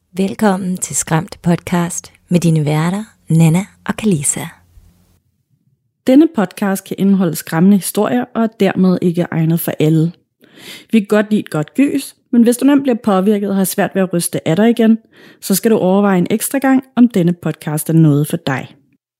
Velkommen til Skræmt Podcast med dine værter, Nana og Kalisa. Denne podcast kan indeholde skræmmende historier og er dermed ikke egnet for alle. Vi kan godt lide et godt gys, men hvis du nemt bliver påvirket og har svært ved at ryste af dig igen, så skal du overveje en ekstra gang, om denne podcast er noget for dig.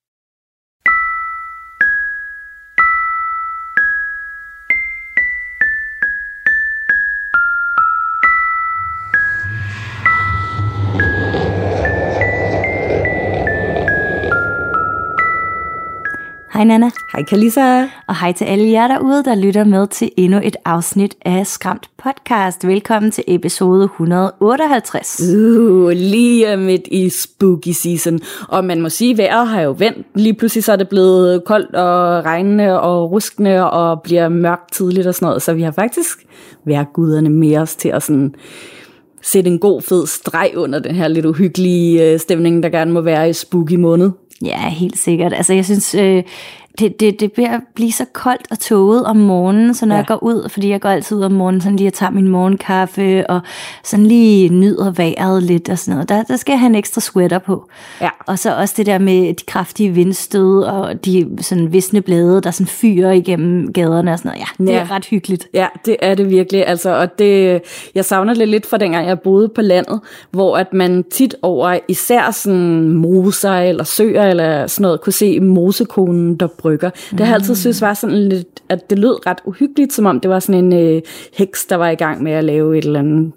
Hej Nana. Hej Kalisa. Og hej til alle jer derude, der lytter med til endnu et afsnit af Skræmt Podcast. Velkommen til episode 158. Lige midt i spooky season. Og man må sige, at vejret har jo vendt. Lige pludselig så er det blevet koldt og regnende og ruskende og bliver mørkt tidligt og sådan noget. Så vi har faktisk vejrguderne med os til at sådan sætte en god fed streg under den her lidt uhyggelige stemning, der gerne må være i spooky måned. Ja, helt sikkert. Altså jeg synes, det bliver så koldt og tåget om morgenen, så når jeg går ud, fordi jeg går altid ud om morgenen, sådan lige at tage min morgenkaffe, og sådan lige nyder vejret lidt og sådan noget. Der skal jeg have en ekstra sweater på. Ja. Og så også det der med de kraftige vindstød, og de sådan visne blade, der sådan fyrer igennem gaderne og sådan noget. Ja, det er ret hyggeligt. Ja, det er det virkelig. Altså, og det, jeg savner det lidt fra dengang, jeg boede på landet, hvor at man tit over især sådan moser eller søer eller sådan noget, kunne se mosekonen, der brygger. Det har jeg altid synes var sådan lidt, at det lød ret uhyggeligt, som om det var sådan en heks, der var i gang med at lave et eller andet,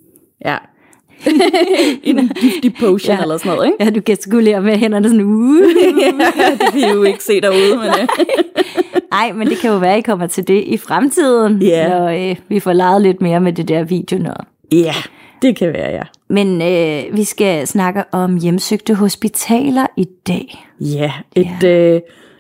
en giftig potion eller sådan noget, ikke? Ja, du gestikulerer med hænderne sådan, ja, det kan I jo ikke se derude, men nej, men det kan jo være, at I kommer til det i fremtiden, når vi får leget lidt mere med det der video noget. Ja, det kan være, ja. Men vi skal snakke om hjemsøgte hospitaler i dag. Ja, et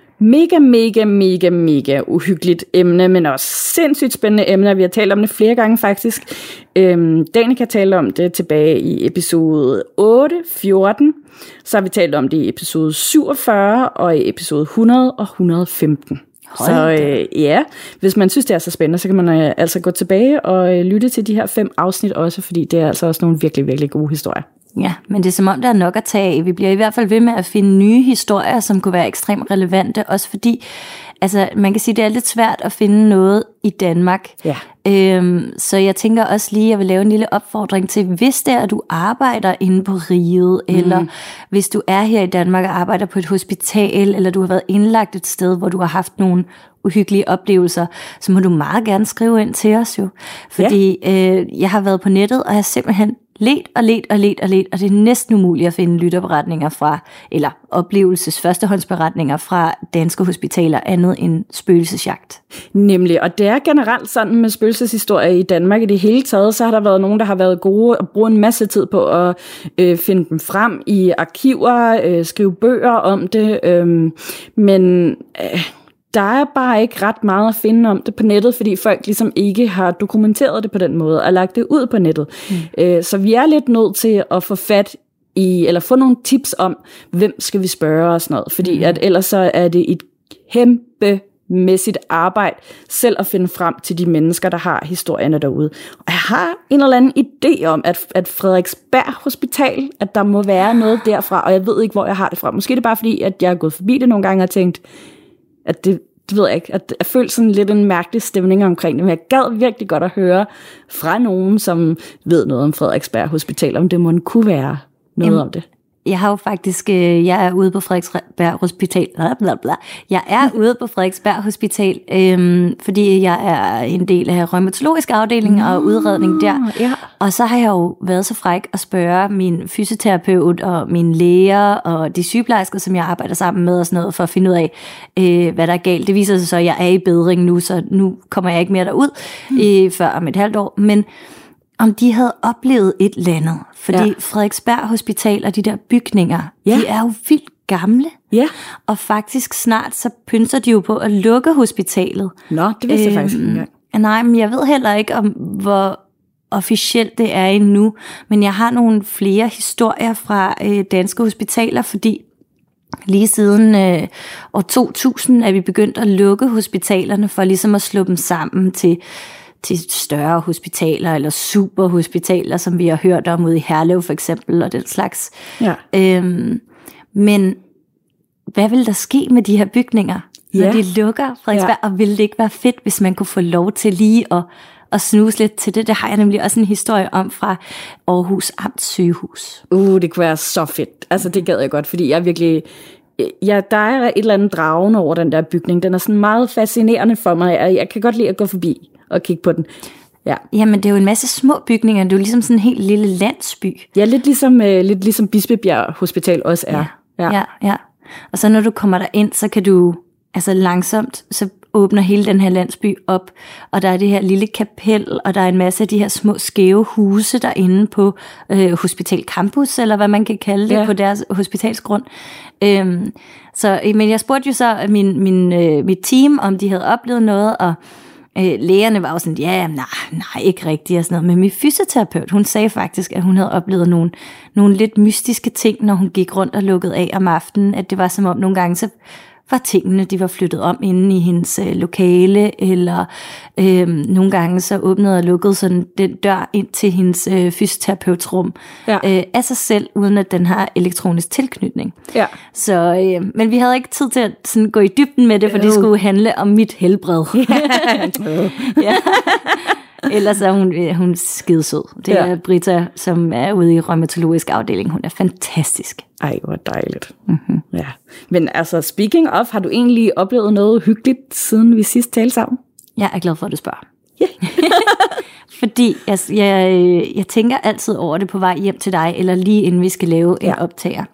mega uhyggeligt emne, men også sindssygt spændende emne. Vi har talt om det flere gange faktisk. Danica talte om det tilbage i episode 14. Så har vi talt om det i episode 47 og i episode 100 og 115. Så hvis man synes, det er så spændende, så kan man altså gå tilbage og lytte til de her 5 afsnit også, fordi det er altså også nogle virkelig gode historier. Ja, men det er som om, der er nok at tage af. Vi bliver i hvert fald ved med at finde nye historier, som kunne være ekstremt relevante, også fordi, altså man kan sige, det er lidt svært at finde noget i Danmark. Ja. Så jeg tænker også lige, at jeg vil lave en lille opfordring til, hvis det er, at du arbejder inde på riget, eller hvis du er her i Danmark og arbejder på et hospital, eller du har været indlagt et sted, hvor du har haft nogle uhyggelige oplevelser, så må du meget gerne skrive ind til os jo. Fordi jeg har været på nettet, og jeg har simpelthen let, og det er næsten umuligt at finde lytterberetninger fra, eller førstehåndsberetninger fra danske hospitaler, andet end spøgelsesjagt. Nemlig, og det er generelt sådan med spøgelseshistorier i Danmark i det hele taget, så har der været nogen, der har været gode og bruge en masse tid på at finde dem frem i arkiver, skrive bøger om det, men der er bare ikke ret meget at finde om det på nettet, fordi folk ligesom ikke har dokumenteret det på den måde og lagt det ud på nettet. Så vi er lidt nødt til at få fat i, eller få nogle tips om, hvem skal vi spørge og sådan noget, fordi at ellers så er det et kæmpemæssigt arbejde selv at finde frem til de mennesker, der har historierne derude. Og jeg har en eller anden idé om, at Frederiksberg Hospital, at der må være noget derfra, og jeg ved ikke, hvor jeg har det fra. Måske er det bare fordi, at jeg er gået forbi det nogle gange og tænkt, at det ved jeg ikke, at jeg følte sådan lidt en mærkelig stemning omkring det, men jeg gad virkelig godt at høre fra nogen, som ved noget om Frederiksberg Hospital, om det må kunne være noget om det. Jeg har jo faktisk, jeg er ude på Frederiksberg Hospital, Jeg er ude på Frederiksberg Hospital, fordi jeg er en del af rheumatologisk afdeling og udredning der. Ja. Og så har jeg jo været så fræk at spørge min fysioterapeut og mine læger og de sygeplejersker, som jeg arbejder sammen med og sådan noget, for at finde ud af, hvad der er galt. Det viser sig så, at jeg er i bedring nu, så nu kommer jeg ikke mere derud før om et halvt år. Men om de havde oplevet et eller andet. Fordi Frederiksberg Hospital og de der bygninger, de er jo vildt gamle. Ja. Og faktisk snart så pynser de jo på at lukke hospitalet. Nå, det vidste jeg faktisk ikke engang. Nej, men jeg ved heller ikke, om hvor officielt det er endnu. Men jeg har nogle flere historier fra danske hospitaler, fordi lige siden år 2000 er vi begyndt at lukke hospitalerne for ligesom at slå dem sammen til til større hospitaler, eller superhospitaler, som vi har hørt om ude i Herlev for eksempel, og den slags. Ja. Men hvad vil der ske med de her bygninger, når de lukker, Frederiksberg? Og ville det ikke være fedt, hvis man kunne få lov til lige at snuse lidt til det? Det har jeg nemlig også en historie om fra Aarhus Amts Sygehus. Det kunne være så fedt. Altså, det gad jeg godt, fordi jeg virkelig... Ja, der er et eller andet dragende over den der bygning. Den er sådan meget fascinerende for mig, og jeg kan godt lide at gå forbi og kigge på den. Ja. Jamen, det er jo en masse små bygninger. Det er jo ligesom sådan en helt lille landsby. Ja, lidt ligesom Bispebjerg Hospital også er. Ja. Og så når du kommer derind, så kan du langsomt, så åbner hele den her landsby op, og der er det her lille kapel, og der er en masse af de her små skæve huse derinde på Hospital Campus, eller hvad man kan kalde det, på deres hospitalsgrund. Men jeg spurgte jo så mit team, om de havde oplevet noget, og lægerne var jo sådan, nej, ikke rigtigt og sådan noget. Men min fysioterapeut, hun sagde faktisk, at hun havde oplevet nogle lidt mystiske ting, når hun gik rundt og lukkede af om aftenen, at det var som om nogle gange, så var tingene, de var flyttet om inde i hendes lokale, eller nogle gange så åbnede og lukkede sådan den dør ind til hendes fysioterapeutsrum af sig selv, uden at den har elektronisk tilknytning. Ja. Så, men vi havde ikke tid til at sådan gå i dybden med det, for det skulle handle om mit helbred. Ja. Ellers er hun skidesød. Det er Britta, som er ude i rheumatologisk afdeling. Hun er fantastisk. Ej, hvor dejligt. Mm-hmm. Ja. Men altså, speaking of, har du egentlig oplevet noget hyggeligt, siden vi sidst talte sammen? Jeg er glad for, at du spørger. Yeah. Fordi jeg tænker altid over det på vej hjem til dig, eller lige inden vi skal lave en optager.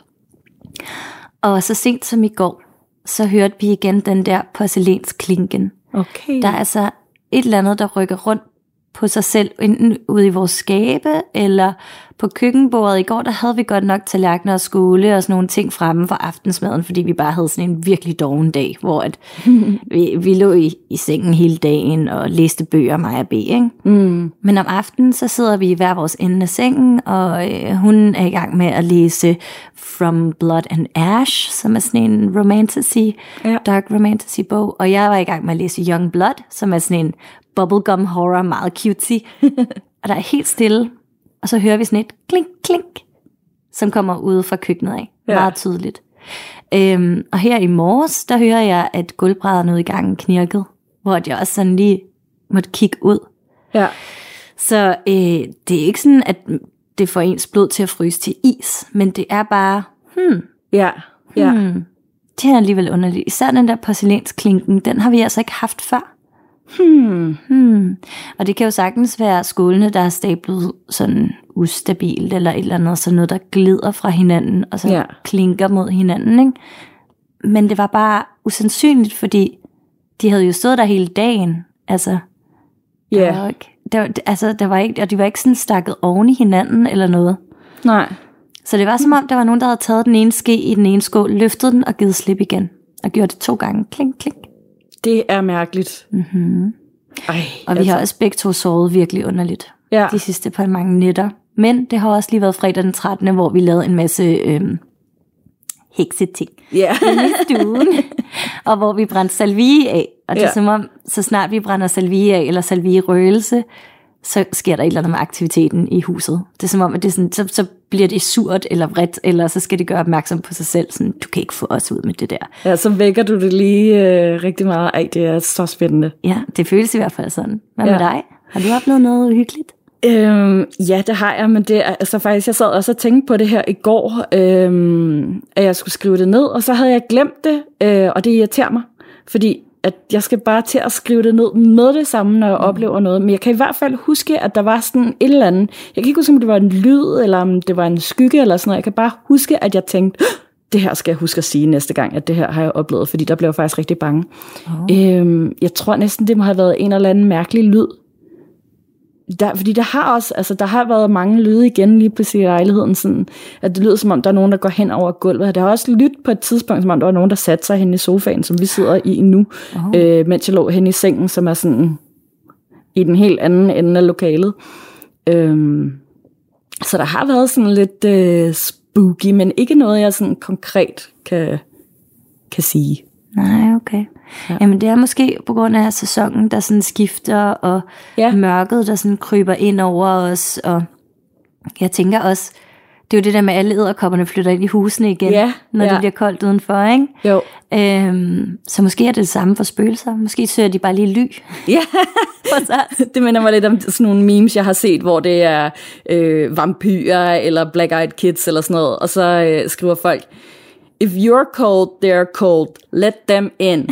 Og så sent som i går, så hørte vi igen den der porcelænsklinken. Okay. Der er altså et eller andet, der rykker rundt på sig selv, enten ude i vores skabe, eller på køkkenbordet. I går, der havde vi godt nok tallerkener og skåle og sådan nogle ting fremme for aftensmaden, fordi vi bare havde sådan en virkelig doven dag, hvor at vi lå i sengen hele dagen og læste bøger, mig og B, ikke? Mm. Men om aftenen, så sidder vi i hver vores ende af sengen, og hun er i gang med at læse From Blood and Ash, som er sådan en dark romantasy bog, og jeg var i gang med at læse Young Blood, som er sådan en bubblegum horror, meget cutesy. Og der er helt stille, og så hører vi sådan et klink, klink, som kommer ud fra køkkenet af. Meget tydeligt. Og her i morges, der hører jeg, at gulvbrædderne ude i gangen knirkede, hvor jeg også sådan lige måtte kigge ud. Ja. Så det er ikke sådan, at det får ens blod til at fryse til is, men det er bare, det er alligevel underligt. Især den der porcelænsklinken, den har vi altså ikke haft før. Og det kan jo sagtens være skålene, der er stablet sådan ustabilt, eller et eller andet, sådan noget, der glider fra hinanden, og så klinker mod hinanden, ikke? Men det var bare usandsynligt, fordi de havde jo stået der hele dagen, altså. Der var ikke, der var ikke, og de var ikke sådan stakket oven i hinanden, eller noget. Nej. Så det var som om, der var nogen, der havde taget den ene ske i den ene skål, løftet den og givet slip igen, og gjort det 2 gange, klink, klink. Det er mærkeligt. Mm-hmm. Og vi har også begge 2 sovet virkelig underligt de sidste par mange nætter. Men det har også lige været fredag den 13., hvor vi lavede en masse hekseting i stuen. Og hvor vi brændte salvie af. Og det er som om, så snart vi brænder salvie af, eller salvie-røgelse, så sker der et eller andet med aktiviteten i huset. Det er som om, at det er sådan, så bliver det surt eller vredt, eller så skal det gøre opmærksom på sig selv. Sådan, du kan ikke få os ud med det der. Ja, så vækker du det lige rigtig meget. Ej, det er så spændende. Ja, det føles i hvert fald sådan. Hvad med dig? Har du oplevet noget hyggeligt? Ja, det har jeg, men det er altså faktisk, jeg sad også og tænkte på det her i går, at jeg skulle skrive det ned, og så havde jeg glemt det, og det irriterer mig, fordi at jeg skal bare til at skrive det ned med det samme, når jeg oplever noget. Men jeg kan i hvert fald huske, at der var sådan et eller andet. Jeg kan ikke huske, om det var en lyd, eller om det var en skygge, eller sådan noget. Jeg kan bare huske, at jeg tænkte, det her skal jeg huske at sige næste gang, at det her har jeg oplevet, fordi der blev jeg faktisk rigtig bange. Jeg tror næsten, det må have været en eller anden mærkelig lyd. Fordi der har også, altså der har været mange lyde igen lige pludselig i lejligheden, sådan, at det lyder som om, der er nogen, der går hen over gulvet. Der har også lyttet på et tidspunkt, som om der var nogen, der satte sig hen i sofaen, som vi sidder i nu, mens jeg lå hen i sengen, som er sådan i den helt anden ende af lokalet. Så der har været sådan lidt spooky, men ikke noget, jeg sådan konkret kan sige. Nej, okay. Ja. Jamen det er måske på grund af sæsonen, der sådan skifter, og mørket, der sådan kryber ind over os, og jeg tænker også, det er jo det der med, at alle edderkopperne flytter ind i husene igen, når det bliver koldt udenfor, ikke? Jo. Så måske er det samme for spøgelser. Måske søger de bare lige ly. Ja, det minder mig lidt om sådan nogle memes, jeg har set, hvor det er vampyrer eller black-eyed kids eller sådan noget, og så skriver folk, if you're cold, they're cold. Let them in.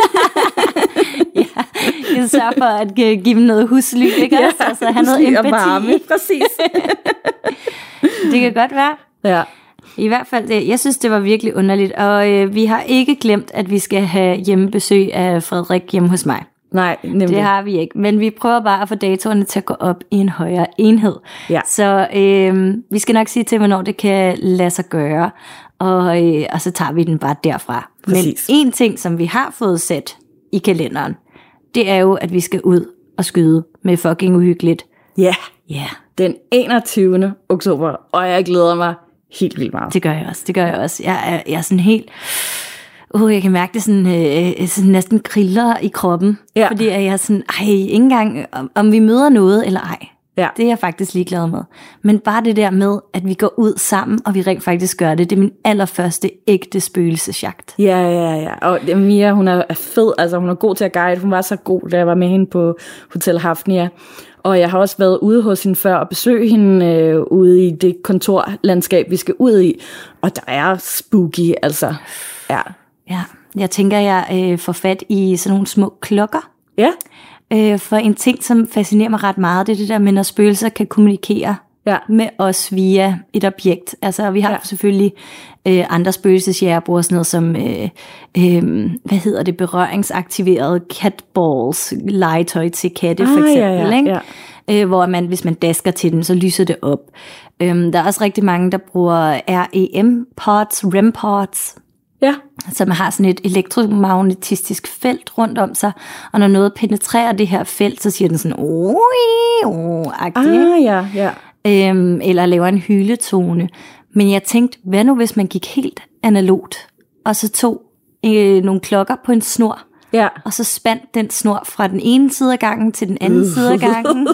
Jeg sørger for at give dem noget husly, ikke også? Altså have noget empati. Varme, præcis. Det kan godt være. Ja. I hvert fald, jeg synes, det var virkelig underligt. Og vi har ikke glemt, at vi skal have hjemmebesøg af Frederik hjemme hos mig. Nej, nemlig. Det har vi ikke. Men vi prøver bare at få datoerne til at gå op i en højere enhed. Ja. Så vi skal nok sige til, hvornår det kan lade sig gøre. Og så tager vi den bare derfra. Præcis. Men en ting, som vi har fået sat i kalenderen, det er jo, at vi skal ud og skyde med fucking uhyggeligt. Ja. Den 21. oktober, og jeg glæder mig helt vildt meget. Det gør jeg også. Jeg er sådan helt... jeg kan mærke det sådan næsten kriller i kroppen. Ja. Fordi jeg er sådan, ikke engang, om vi møder noget eller ej. Ja. Det er jeg faktisk ligeglad med. Men bare det der med, at vi går ud sammen, og vi rent faktisk gør det. Det er min allerførste ægte spøgelsesjagt. Ja. Og Mia, hun er fed. Altså, hun er god til at guide. Hun var så god, da jeg var med hende på Hotel Hafnia. Og jeg har også været ude hos hende før og besøgt hende ude i det kontorlandskab, vi skal ud i. Og der er spooky, altså. Ja. Jeg tænker, jeg får fat i sådan nogle små klokker. Ja. For en ting, som fascinerer mig ret meget, det er det der med, når spøgelser kan kommunikere med os via et objekt. Altså, vi har selvfølgelig andre spøgelsesjægerbrugere, sådan noget som, berøringsaktiverede catballs, legetøj til katte for eksempel, ikke? Ja. Hvor man, hvis man dasker til den, så lyser det op. Der er også rigtig mange, der bruger REM-pods, så man har sådan et elektromagnetistisk felt rundt om sig, og når noget penetrerer det her felt, så siger den sådan eller laver en hyletone. Men jeg tænkte, hvad nu hvis man gik helt analogt, og så tog nogle klokker på en snor, og så spændt den snor fra den ene side af gangen til den anden side af gangen.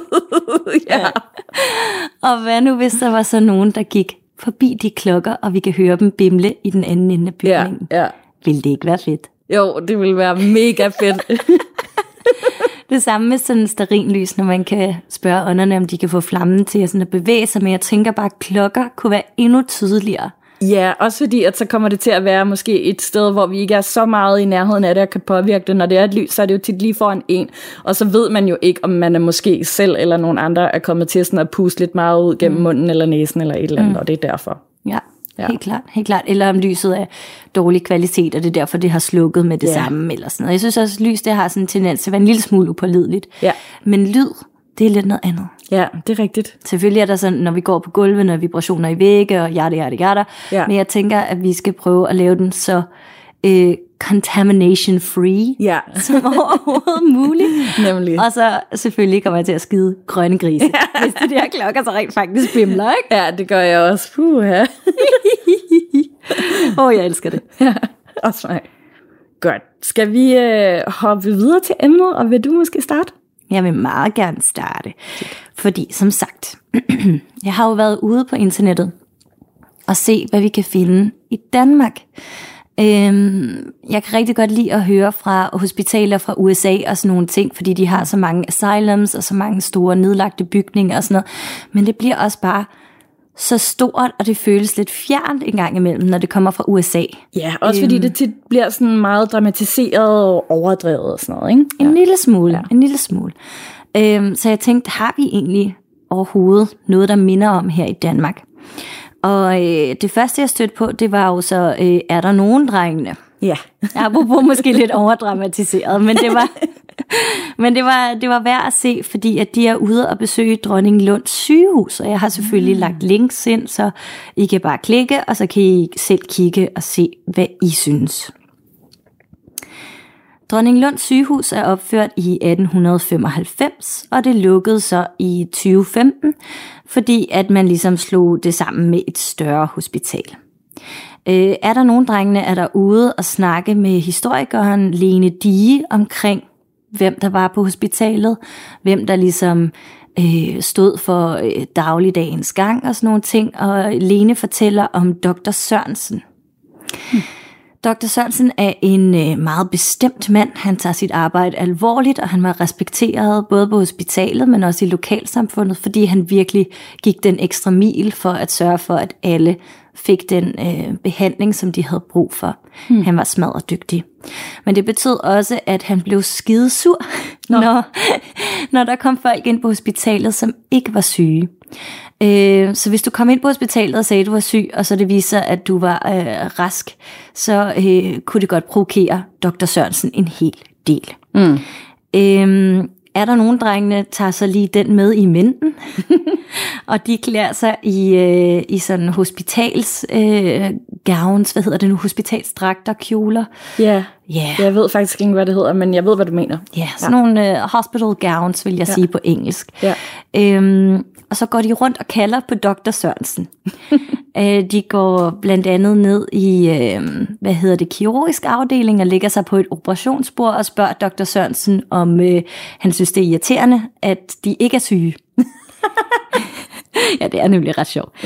Og hvad nu hvis der var så nogen, der gik forbi de klokker, og vi kan høre dem bimle i den anden ende af bygningen. Vil det ikke være fedt? Jo, det ville være mega fedt. Det samme med sådan en stearinlys, når man kan spørge ånderne, om de kan få flammen til at bevæge sig, men jeg tænker bare, at klokker kunne være endnu tydeligere. Ja, også fordi, at så kommer det til at være måske et sted, hvor vi ikke er så meget i nærheden af det, og kan påvirke det. Når det er et lys, så er det jo tit lige foran en. Og så ved man jo ikke, om man er måske selv eller nogen andre er kommet til sådan at puste lidt meget ud gennem munden eller næsen eller et eller andet, og det er derfor. Ja. Helt klart. Eller om lyset er dårlig kvalitet, og det er derfor, det har slukket med det samme. Eller sådan noget. Jeg synes også, at lys det har sådan en tendens til at være en lille smule upålideligt. Ja. Men lyd, det er lidt noget andet. Ja, det er rigtigt. Selvfølgelig er der sådan, når vi går på gulvet, når vibrationer i vægge, og yada. Ja. Men jeg tænker, at vi skal prøve at lave den så contamination free som overhovedet muligt. Nemlig. Og så selvfølgelig kommer jeg til at skide grønne grise, hvis de der klokker så rent faktisk bimler, ikke? Ja, det gør jeg også. Jeg elsker det. Ja, også mig. Godt. Skal vi hoppe videre til emnet, og vil du måske starte? Jeg vil meget gerne starte, fordi som sagt, jeg har jo været ude på internettet og se, hvad vi kan finde i Danmark. Jeg kan rigtig godt lide at høre fra hospitaler fra USA og sådan nogle ting, fordi de har så mange asylums og så mange store nedlagte bygninger og sådan noget. Men det bliver også bare så stort, og det føles lidt fjernt en gang imellem, når det kommer fra USA. Ja, også fordi det tit bliver sådan meget dramatiseret og overdrevet og sådan noget, ikke? En lille smule. Så jeg tænkte, har vi egentlig overhovedet noget, der minder om her i Danmark? Og det første, jeg stødte på, det var jo så, er der nogen drengene? Ja. Apropos måske lidt overdramatiseret, men det var værd at se, fordi at de er ude og besøge Dronninglund sygehus, og jeg har selvfølgelig lagt links ind, så I kan bare klikke, og så kan I selv kigge og se, hvad I synes. Dronninglund sygehus er opført i 1895, og det lukkede så i 2015, fordi at man ligesom slog det sammen med et større hospital. Er der nogen drengene, er der ude og snakke med historikeren Lene Dige omkring, hvem der var på hospitalet, hvem der ligesom stod for dagligdagens gang og sådan nogle ting, og Lene fortæller om Dr. Sørensen. Dr. Sørensen er en meget bestemt mand. Han tager sit arbejde alvorligt, og han var respekteret både på hospitalet, men også i lokalsamfundet, fordi han virkelig gik den ekstra mil for at sørge for, at alle fik den behandling, som de havde brug for. Han var smadredygtig. Men det betød også, at han blev skidesur, når der kom folk ind på hospitalet, som ikke var syge. Så hvis du kom ind på hospitalet og sagde, at du var syg, og så det viser, at du var rask, så kunne det godt provokere Dr. Sørensen en hel del. Er der nogen drengene, tager så lige den med i mænden, og de klæder sig i sådan hospitals gowns, hospitalsdragter, kjoler. Ja, jeg ved faktisk ikke, hvad det hedder, men jeg ved, hvad du mener. Ja, sådan nogle hospital gowns, vil jeg sige på engelsk. Ja. Og så går de rundt og kalder på Dr. Sørensen. De går blandt andet ned i, kirurgisk afdeling og lægger sig på et operationsbord og spørger Dr. Sørensen, om han synes, det er irriterende, at de ikke er syge. Ja, det er nemlig ret sjovt.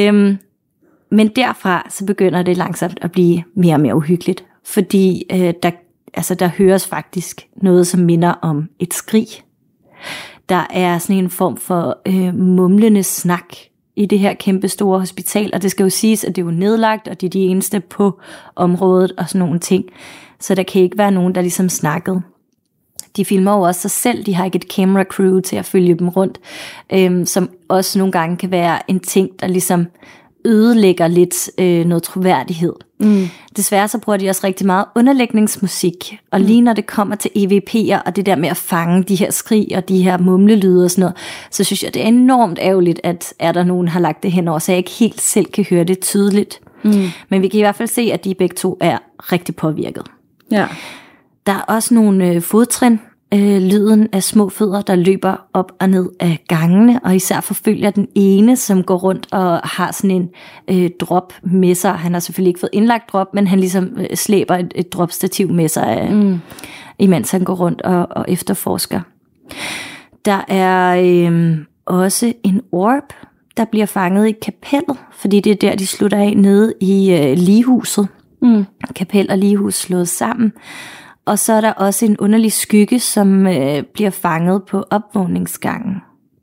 Men derfra så begynder det langsomt at blive mere og mere uhyggeligt, fordi der høres faktisk noget, som minder om et skrig. Der er sådan en form for mumlende snak i det her kæmpe store hospital, og det skal jo siges, at det er jo nedlagt, og de er de eneste på området og sådan nogle ting. Så der kan ikke være nogen, der ligesom snakkede. De filmer jo også sig selv, de har ikke et camera crew til at følge dem rundt, som også nogle gange kan være en ting, der ligesom ødelægger lidt noget troværdighed. Desværre så bruger de også rigtig meget underlægningsmusik, og lige når det kommer til EVP'er, og det der med at fange de her skrig og de her mumlelyde og sådan noget, så synes jeg, det er enormt ærgerligt, at er der nogen, har lagt det henover, så jeg ikke helt selv kan høre det tydeligt. Men vi kan i hvert fald se, at de begge to er rigtig påvirket. Ja. Der er også nogle fodtrin, lyden af små fødder, der løber op og ned af gangene, og især forfølger den ene, som går rundt og har sådan en drop med sig. Han har selvfølgelig ikke fået indlagt drop, men han ligesom slæber et dropstativ med sig, imens han går rundt og efterforsker. Der er også en orb, der bliver fanget i kapellet, fordi det er der, de slutter af nede i ligehuset. Kapel og ligehus slået sammen. Og så er der også en underlig skygge, som bliver fanget på opvågningsgangen.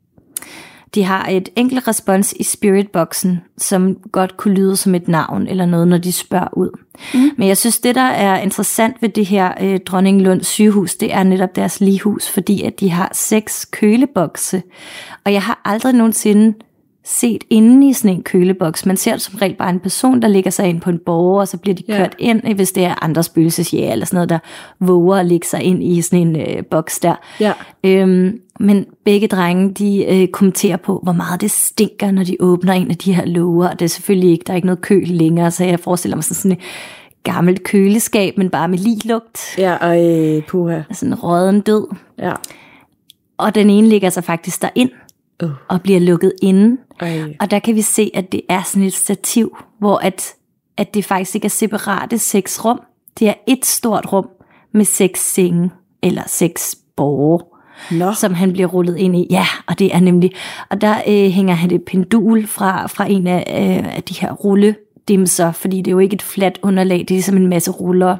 De har et enkelt respons i spiritboxen, som godt kunne lyde som et navn eller noget, når de spørger ud. Men jeg synes, det der er interessant ved det her Dronninglund sygehus, det er netop deres lighus, fordi at de har 6 kølebokse. Og jeg har aldrig nogensinde set inde i sådan en køleboks. Man ser det som regel bare en person, der ligger sig ind på en borger, og så bliver de kørt ind, hvis det er andre spøgelsesjæger eller sådan noget, der våger at lægge sig ind i sådan en boks der. Ja. Men begge drenge, de kommenterer på, hvor meget det stinker, når de åbner en af de her låger. Og det er selvfølgelig ikke, der er ikke noget køl længere, så jeg forestiller mig sådan et gammelt køleskab, men bare med liglugt. Ja, og puha. Sådan en rådden død. Ja. Og den ene ligger sig faktisk derind og bliver lukket inde. Og der kan vi se, at det er sådan et stativ, hvor at det faktisk ikke er separate 6 rum. Det er et stort rum med 6 senge, eller 6 borge, som han bliver rullet ind i. Ja, og det er nemlig. Og der hænger han et pendul fra en af de her rulledimser, fordi det er jo ikke et fladt underlag, det er ligesom en masse ruller,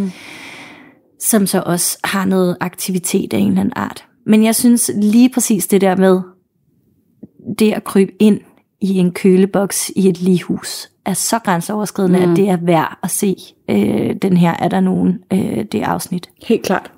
som så også har noget aktivitet af en eller anden art. Men jeg synes lige præcis det der med, det at krybe ind i en køleboks i et lighus er så grænseoverskridende, at det er værd at se den her, er der nogen, det afsnit. Helt klart.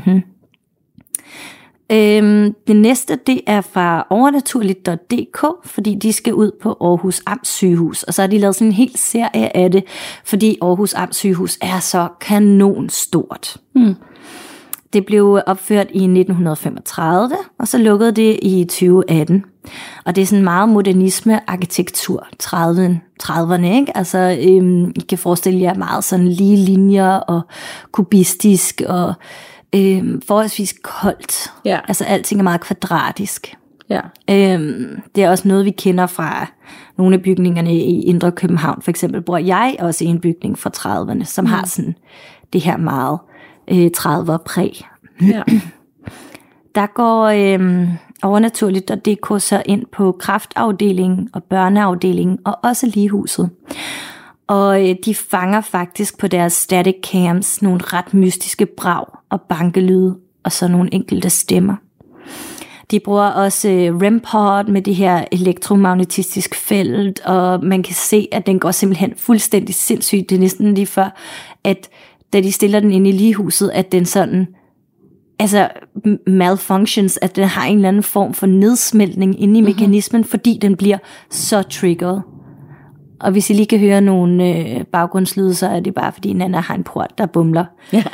Det næste, det er fra overnaturligt.dk, fordi de skal ud på Aarhus Amtssygehus, og så har de lavet sådan en hel serie af det, fordi Aarhus Amtssygehus er så kanonstort. Det blev opført i 1935, og så lukkede det i 2018. Og det er sådan meget modernisme-arkitektur, 30'erne, ikke? Altså, I kan forestille jer meget sådan lige linjer og kubistisk og forholdsvis koldt. Ja. Altså, alting er meget kvadratisk. Ja. Det er også noget, vi kender fra nogle af bygningerne i Indre København. For eksempel bor jeg også i en bygning fra 30'erne, som har sådan det her meget 30'er-præg. Ja. Der går overnaturligt.dk så ind på kræftafdelingen og børneafdelingen og også ligehuset. Og de fanger faktisk på deres static cams nogle ret mystiske brag og bankelyde og så nogle enkelte stemmer. De bruger også REM-pod med det her elektromagnetistisk felt, og man kan se, at den går simpelthen fuldstændig sindssygt. Det er næsten lige før, at da de stiller den ind i ligehuset, at den sådan malfunctions, at den har en eller anden form for nedsmeltning inde i mekanismen, fordi den bliver så triggeret. Og hvis I lige kan høre nogle baggrundslyde, så er det bare, fordi Nana har en port, der bumler. Ja.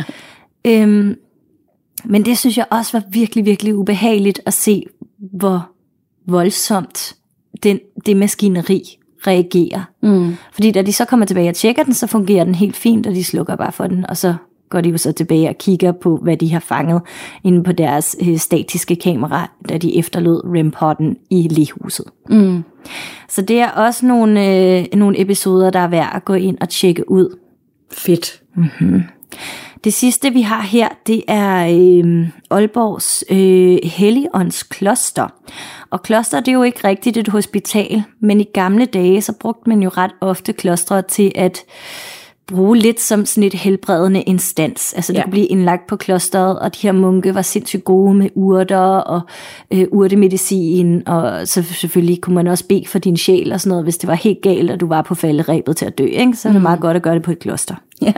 Men det synes jeg også var virkelig, virkelig ubehageligt at se, hvor voldsomt det maskineri reagerer. Fordi da de så kommer tilbage og tjekker den, så fungerer den helt fint, og de slukker bare for den, og så går de jo så tilbage og kigger på, hvad de har fanget inde på deres statiske kamera, da de efterlod REM-podden i ligehuset. Så det er også nogle episoder, der er værd at gå ind og tjekke ud. Fedt. Det sidste, vi har her, det er Aalborgs Helligånds Kloster. Og kloster, det er jo ikke rigtigt et hospital, men i gamle dage, så brugte man jo ret ofte klostre til at bruge lidt som sådan et helbredende instans. Altså det kunne blive indlagt på klosteret, og de her munke var sindssygt gode med urter og urtemedicin, og så selvfølgelig kunne man også bede for din sjæl og sådan noget, hvis det var helt galt, og du var på falderebet til at dø, ikke? Så er det meget godt at gøre det på et kloster. Ja.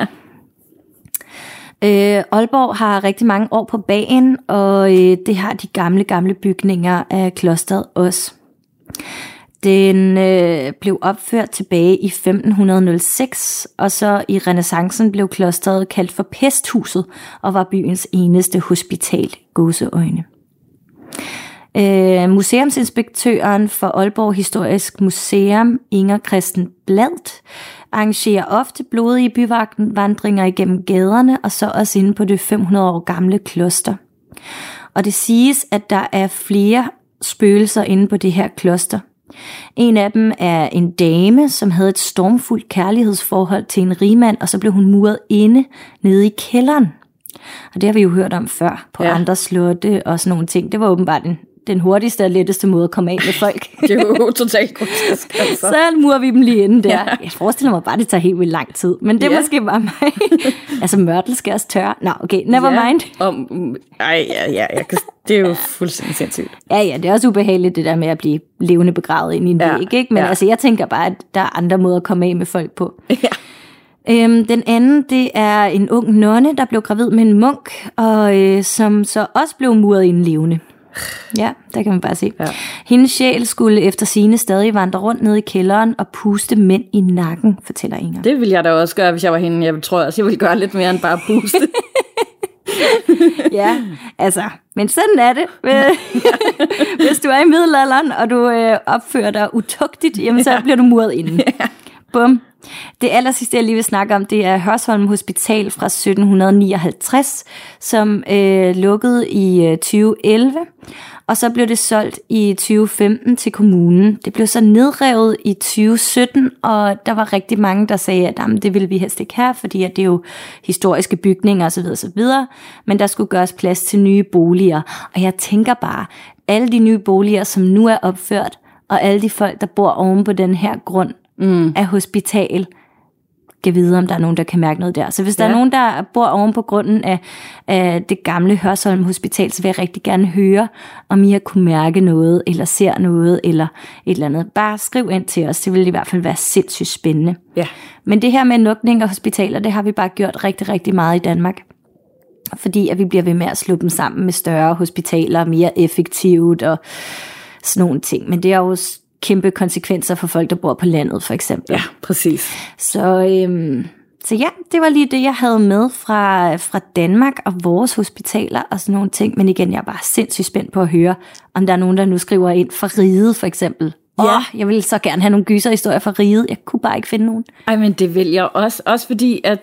Aalborg har rigtig mange år på bagen, og det har de gamle bygninger af klosteret også. Den blev opført tilbage i 1506, og så i renæssancen blev klosteret kaldt for Pesthuset, og var byens eneste hospital, gåseøjne. Museumsinspektøren for Aalborg Historisk Museum, Inger Christen Bladt, arrangerer ofte blodige byvandringer igennem gaderne, og så også inde på det 500 år gamle kloster. Og det siges, at der er flere spøgelser inde på det her kloster. En af dem er en dame, som havde et stormfuldt kærlighedsforhold til en rigmand, og så blev hun muret inde nede i kælderen. Og det har vi jo hørt om før på andre slotte og sådan nogle ting. Det var åbenbart den hurtigste og letteste måde at komme af med folk. Det er jo totalt grotesk, altså. Så murer vi dem lige inde der. Ja. Jeg forestiller mig bare, det tager helt vildt lang tid. Men det er måske bare mig. Altså mørtel skal også tørre. Nå, okay, never mind. Det er jo fuldstændig sindssygt. Ja, det er også ubehageligt, det der med at blive levende begravet ind i en væg, ikke? Men altså, jeg tænker bare, at der er andre måder at komme af med folk på. Ja. Den anden, det er en ung nonne, der blev gravid med en munk, og som så også blev muret ind levende. Ja, der kan man bare se. Ja. Hendes sjæl skulle efter sigende stadig vandre rundt ned i kælderen og puste mænd i nakken, fortæller Inger. Det ville jeg da også gøre, hvis jeg var hende. Jeg tror også, jeg ville gøre lidt mere end bare puste. Ja, altså, men sådan er det. Hvis du er i middelalderen, og du opfører dig utugtigt, jamen så bliver du muret inden. Ja. Bum. Det allersidste, jeg lige vil snakke om, det er Hørsholm Hospital fra 1759, som lukkede i 2011, og så blev det solgt i 2015 til kommunen. Det blev så nedrevet i 2017, og der var rigtig mange, der sagde, at det ville vi helst ikke have, fordi at det er jo historiske bygninger osv., men der skulle gøres plads til nye boliger. Og jeg tænker bare, alle de nye boliger, som nu er opført, og alle de folk, der bor oven på den her grund, af hospital, kan vide, om der er nogen, der kan mærke noget der. Så hvis der er nogen, der bor oven på grunden af det gamle Hørsholm Hospital, så vil jeg rigtig gerne høre, om I har kunne mærke noget, eller ser noget, eller et eller andet. Bare skriv ind til os, det vil i hvert fald være sindssygt spændende. Ja. Men det her med lukning af hospitaler, det har vi bare gjort rigtig, rigtig meget i Danmark. Fordi at vi bliver ved med at slå dem sammen med større hospitaler, mere effektivt og sådan nogle ting. Men det er jo kæmpe konsekvenser for folk, der bor på landet, for eksempel. Ja, præcis. Så ja, det var lige det, jeg havde med fra Danmark og vores hospitaler og sådan nogle ting. Men igen, jeg er bare sindssygt spændt på at høre, om der er nogen, der nu skriver ind fra Riget, for eksempel. Jeg ville så gerne have nogle gyserhistorier fra Riget. Jeg kunne bare ikke finde nogen. Ej, men det vil jeg også. Også fordi, at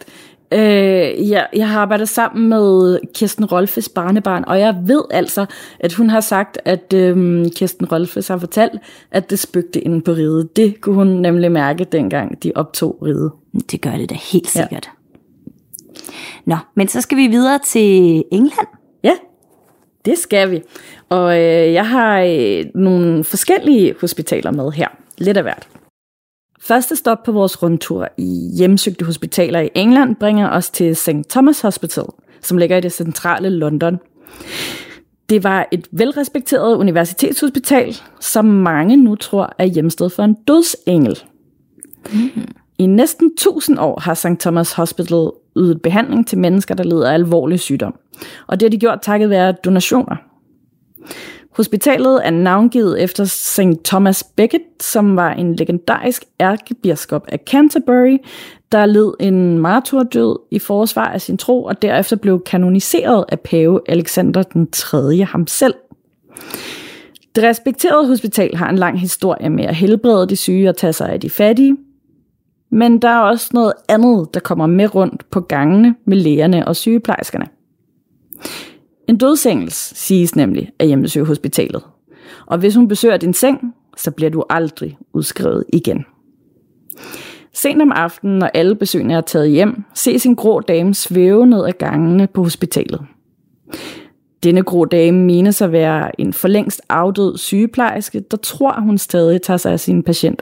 Jeg har arbejdet sammen med Kirsten Rolfes barnebarn, og jeg ved altså, at hun har sagt, at Kirsten Rolfes har fortalt, at det spøgte inde på riget. Det kunne hun nemlig mærke, dengang de optog riget. Det gør det da helt sikkert. Ja. Nå, men så skal vi videre til England. Ja, det skal vi. Og jeg har nogle forskellige hospitaler med her. Lidt af hvert. Første stop på vores rundtur i hjemsøgte hospitaler i England bringer os til St. Thomas Hospital, som ligger i det centrale London. Det var et velrespekteret universitetshospital, som mange nu tror er hjemsted for en dødsengel. I næsten 1000 år har St. Thomas Hospital ydet behandling til mennesker, der lider af alvorlig sygdom. Og det har de gjort takket være donationer. Hospitalet er navngivet efter St. Thomas Becket, som var en legendarisk ærkebiskop af Canterbury, der led en martyrdød i forsvar af sin tro, og derefter blev kanoniseret af pave Alexander den 3. ham selv. Det respekterede hospital har en lang historie med at helbrede de syge og tage sig af de fattige, men der er også noget andet, der kommer med rundt på gangene med lægerne og sygeplejerskerne. En dødsengel siges nemlig at hjemmesøge hospitalet. Og hvis hun besøger din seng, så bliver du aldrig udskrevet igen. Sent om aftenen, når alle besøgende er taget hjem, ses en grå dame svæve ned ad gangene på hospitalet. Denne grå dame menes at være en for længst afdød sygeplejerske, der tror, hun stadig tager sig af sine patienter.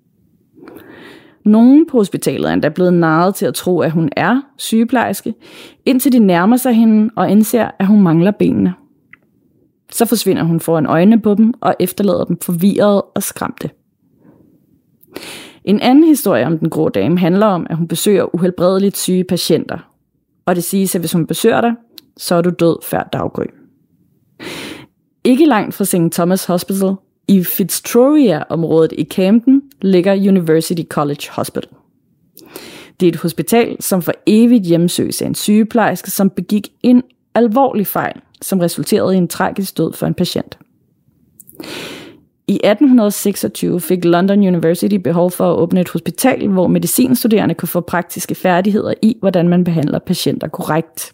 Nogen på hospitalet er endda blevet narret til at tro, at hun er sygeplejerske, indtil de nærmer sig hende og indser, at hun mangler benene. Så forsvinder hun foran øjnene på dem og efterlader dem forvirrede og skræmte. En anden historie om den grå dame handler om, at hun besøger uhelbredeligt syge patienter. Og det siges, at hvis hun besøger dig, så er du død før daggry. Ikke langt fra St. Thomas Hospital, i Fitzrovia-området i Camden, ligger University College Hospital. Det er et hospital, som for evigt hjemsøges af en sygeplejerske, som begik en alvorlig fejl, som resulterede i en tragisk død for en patient. I 1826 fik London University behov for at åbne et hospital, hvor medicinstuderende kunne få praktiske færdigheder i, hvordan man behandler patienter korrekt.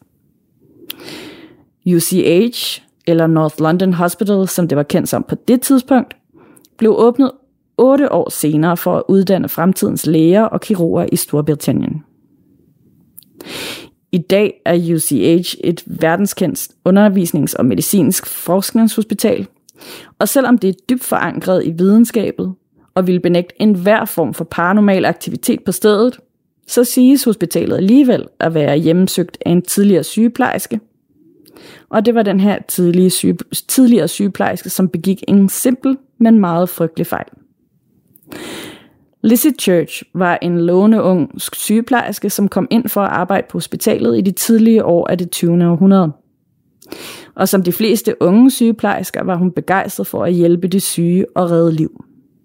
UCH, eller North London Hospital, som det var kendt som på det tidspunkt, blev åbnet 8 år senere for at uddanne fremtidens læger og kirurger i Storbritannien. I dag er UCH et verdenskendt undervisnings- og medicinsk forskningshospital, og selvom det er dybt forankret i videnskabet og vil benægte enhver form for paranormal aktivitet på stedet, så siges hospitalet alligevel at være hjemmesøgt af en tidligere sygeplejerske. Og det var den her tidligere sygeplejerske, som begik en simpel, men meget frygtelig fejl. Lizzie Church var en lovende ung sygeplejerske, som kom ind for at arbejde på hospitalet i de tidlige år af det 20. århundrede. Og som de fleste unge sygeplejersker var hun begejstret for at hjælpe de syge og redde liv.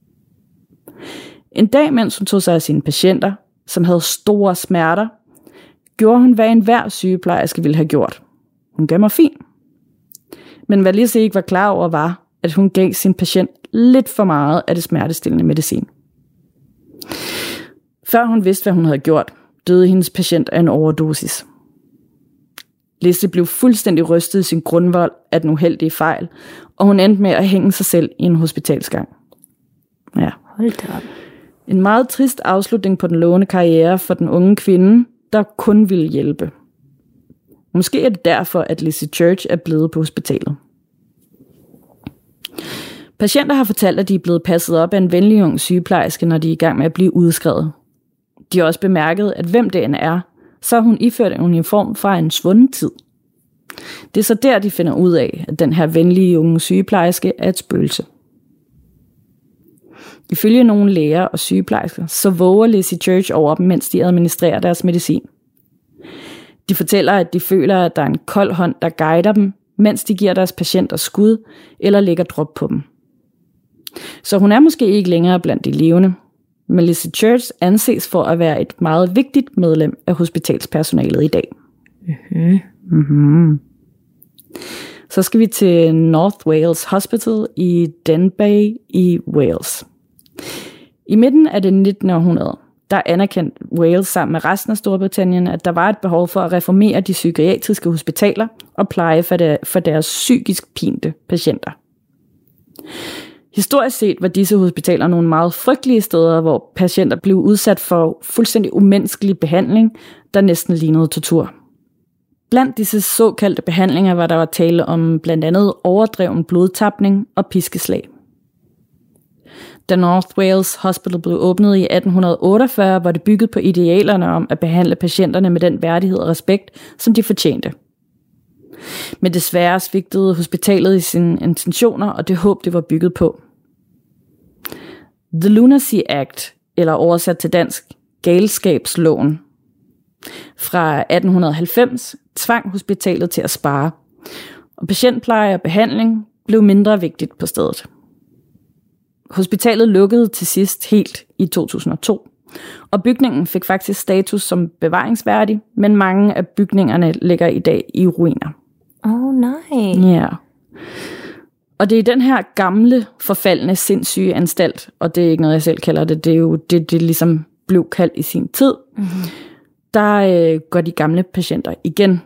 En dag, mens hun tog sig af sine patienter, som havde store smerter, gjorde hun, hvad enhver sygeplejerske ville have gjort. Hun gav morfin. Men hvad Lizzie ikke var klar over var, at hun gav sin patient lidt for meget af det smertestillende medicin. Før hun vidste, hvad hun havde gjort, døde hendes patient af en overdosis. Lizzie blev fuldstændig rystet i sin grundvold af den uheldige fejl, og hun endte med at hænge sig selv i en hospitalsgang. Ja. Hold da op. En meget trist afslutning på den lovende karriere for den unge kvinde, der kun ville hjælpe. Måske er det derfor, at Lizzie Church er blevet på hospitalet. Patienter har fortalt, at de er blevet passet op af en venlig ung sygeplejerske, når de er i gang med at blive udskrevet. De har også bemærket, at hvem det end er, så har hun iført en uniform fra en svunden tid. Det er så der, de finder ud af, at den her venlige unge sygeplejerske er et spøgelse. Ifølge nogle læger og sygeplejersker, så våger Lizzie Church over dem, mens de administrerer deres medicin. De fortæller, at de føler, at der er en kold hånd, der guider dem, mens de giver deres patienter skud eller lægger drop på dem. Så hun er måske ikke længere blandt de levende, men Lizzie Church anses for at være et meget vigtigt medlem af hospitalspersonalet i dag. Så skal vi til North Wales Hospital i Denbigh i Wales. I midten af det 19. århundrede, der anerkendte Wales sammen med resten af Storbritannien, at der var et behov for at reformere de psykiatriske hospitaler og pleje for deres psykisk pinte patienter. Historisk set var disse hospitaler nogle meget frygtelige steder, hvor patienter blev udsat for fuldstændig umenneskelig behandling, der næsten lignede tortur. Blandt disse såkaldte behandlinger var der tale om blandt andet overdreven blodtapning og piskeslag. Da North Wales Hospital blev åbnet i 1848, var det bygget på idealerne om at behandle patienterne med den værdighed og respekt, som de fortjente. Men desværre svigtede hospitalet i sine intentioner og det håb, det var bygget på. The Lunacy Act, eller oversat til dansk, galskabsloven, fra 1890 tvang hospitalet til at spare, og patientpleje og behandling blev mindre vigtigt på stedet. Hospitalet lukkede til sidst helt i 2002, og bygningen fik faktisk status som bevaringsværdig, men mange af bygningerne ligger i dag i ruiner. Nej. Ja. Og det er den her gamle, forfaldne, sindssyge anstalt, og det er ikke noget, jeg selv kalder det, det er jo det ligesom blev kaldt i sin tid. Mm-hmm. Der går de gamle patienter igen.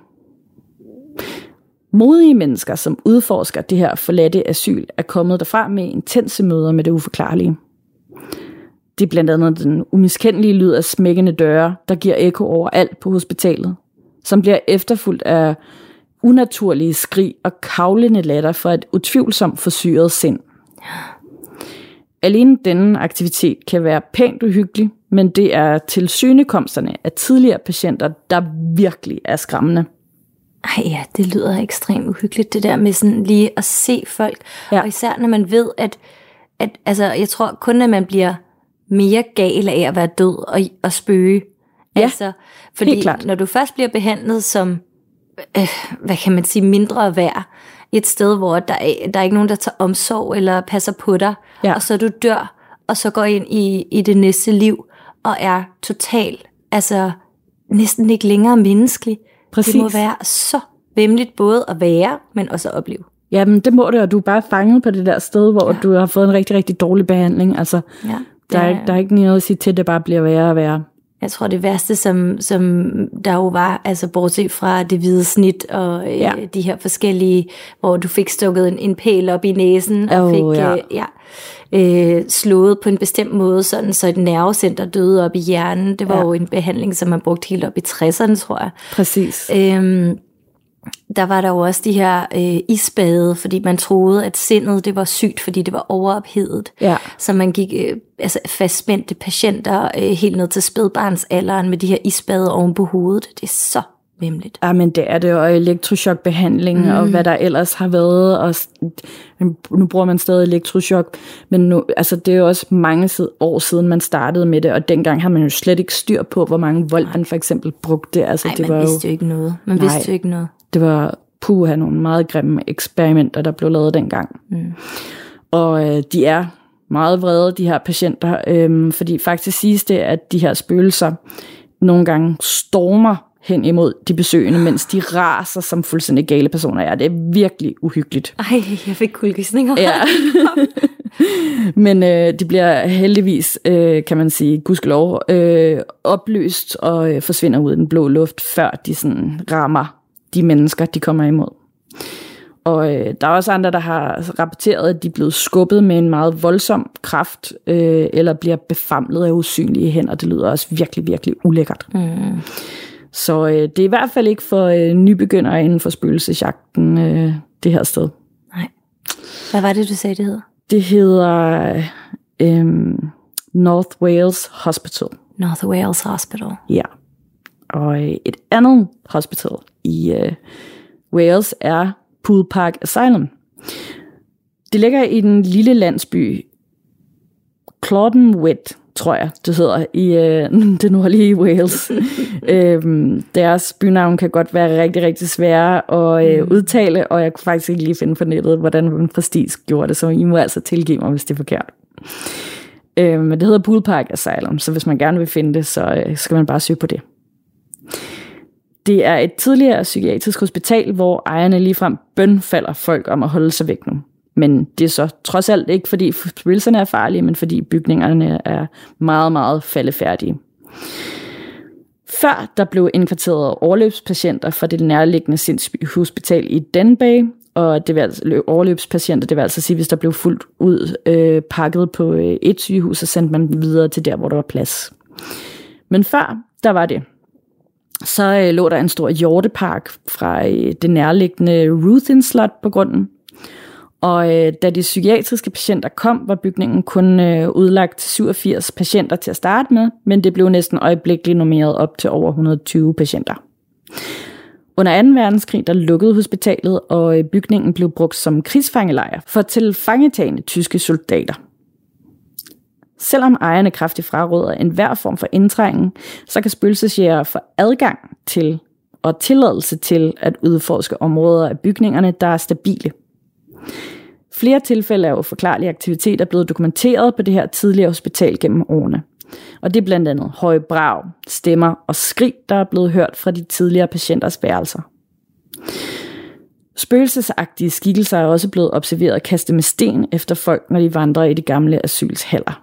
Modige mennesker, som udforsker det her forladte asyl, er kommet derfra med intense møder med det uforklarlige. Det er blandt andet den umiskendelige lyd af smækkende døre, der giver ekko overalt på hospitalet, som bliver efterfulgt af unaturlige skrig og kavlende latter fra et utvivlsomt forsyret sind. Alene denne aktivitet kan være pænt uhyggelig, men det er tilsynekomsterne af tidligere patienter, der virkelig er skræmmende. Ej ja, det lyder ekstremt uhyggeligt, det der med sådan lige at se folk. Ja. Og især når man ved, at altså, jeg tror kun, at man bliver mere gal af at være død og spøge. Ja, altså, fordi klart. Når du først bliver behandlet som, hvad kan man sige, mindre værd, et sted, hvor der er ikke nogen, der tager omsorg eller passer på dig, og så du dør, og så går ind i det næste liv, og er totalt, altså næsten ikke længere menneskelig. Præcis. Det må være så væmmeligt både at være, men også at opleve. Jamen, det må det, og du er bare fanget på det der sted, hvor du har fået en rigtig, rigtig dårlig behandling. Altså, der er ikke noget at sige til, det bare bliver værre og værre. Jeg tror, det værste, som der jo var, altså bortset fra det hvide snit og de her forskellige, hvor du fik stukket en pæl op i næsen og fik slået på en bestemt måde, sådan så et nervecenter døde op i hjernen. Det var jo en behandling, som man brugte helt op i 60'erne, tror jeg. Præcis. Der var der jo også de her isbade, fordi man troede, at sindet det var sygt, fordi det var overophedet. Ja. Så man gik fastspændte patienter helt ned til spædbarnsalderen med de her isbade oven på hovedet. Det er så væmmeligt. Ja, men det er det, og elektrochokbehandling og hvad der ellers har været. Og nu bruger man stadig elektrochok, men nu, altså, det er jo også mange år siden, man startede med det, og dengang har man jo slet ikke styr på, hvor mange volt man for eksempel brugte. Altså, det man vidste jo ikke noget. Man vidste jo ikke noget. Det var nogle meget grimme eksperimenter, der blev lavet dengang. Og de er meget vrede, de her patienter, fordi faktisk siges det, at de her spøgelser nogle gange stormer hen imod de besøgende, mens de raser som fuldstændig gale personer. Ja, det er virkelig uhyggeligt. Ej, jeg fik kuldegysninger. Ja. Men de bliver heldigvis, kan man sige, gudskelov, opløst og forsvinder ud i den blå luft, før de sådan rammer de mennesker, de kommer imod. Og der er også andre, der har rapporteret, at de er blevet skubbet med en meget voldsom kraft, eller bliver befamlet af usynlige hænder. Det lyder også virkelig, virkelig ulækkert. Så det er i hvert fald ikke for nybegyndere inden for spøgelsesjagten, det her sted. Nej. Hvad var det, du sagde, det hedder? Det hedder North Wales Hospital. North Wales Hospital. Ja. Og et andet hospital i Wales er Poole Park Asylum. Det ligger i den lille landsby Clonderwet, tror jeg, det hedder, i det nordlige Wales. Deres bynavn kan godt være rigtig, rigtig svære at udtale, og jeg kunne faktisk ikke lige finde på nettet, hvordan man præcis gjorde det, så I må altså tilgive mig, hvis det er forkert. Men det hedder Poole Park Asylum, så hvis man gerne vil finde det, så skal man bare søge på det. Det er et tidligere psykiatrisk hospital, hvor ejerne ligefrem bønfalder folk om at holde sig væk nu. Men det er så trods alt ikke, fordi spøgelserne er farlige, men fordi bygningerne er meget, meget faldefærdige. Før der blev indkvarteret overløbspatienter fra det nærliggende sindssygehospital i Denbigh, og det vil altså, overløbspatienter, det vil altså sige, hvis der blev fuldt ud pakket på et sygehus, så sendte man dem videre til der, hvor der var plads. Men før der var det, så lå der en stor hjortepark fra det nærliggende Ruthin Slot på grunden. Og da de psykiatriske patienter kom, var bygningen kun udlagt til 87 patienter til at starte med, men det blev næsten øjeblikkeligt normeret op til over 120 patienter. Under 2. verdenskrig der lukkede hospitalet, og bygningen blev brugt som krigsfangelejr for tilfangetagende tyske soldater. Selvom ejerne kraftigt fraråder enhver form for indtrængen, så kan spøgelsesjægere få adgang til og tilladelse til at udforske områder af bygningerne, der er stabile. Flere tilfælde af uforklarlige aktiviteter er blevet dokumenteret på det her tidligere hospital gennem årene. Og det er blandt andet høje brag, stemmer og skrig, der er blevet hørt fra de tidligere patienters værelser. Spøgelsesagtige skikkelser er også blevet observeret at kaste med sten efter folk, når de vandrer i de gamle asylshaller.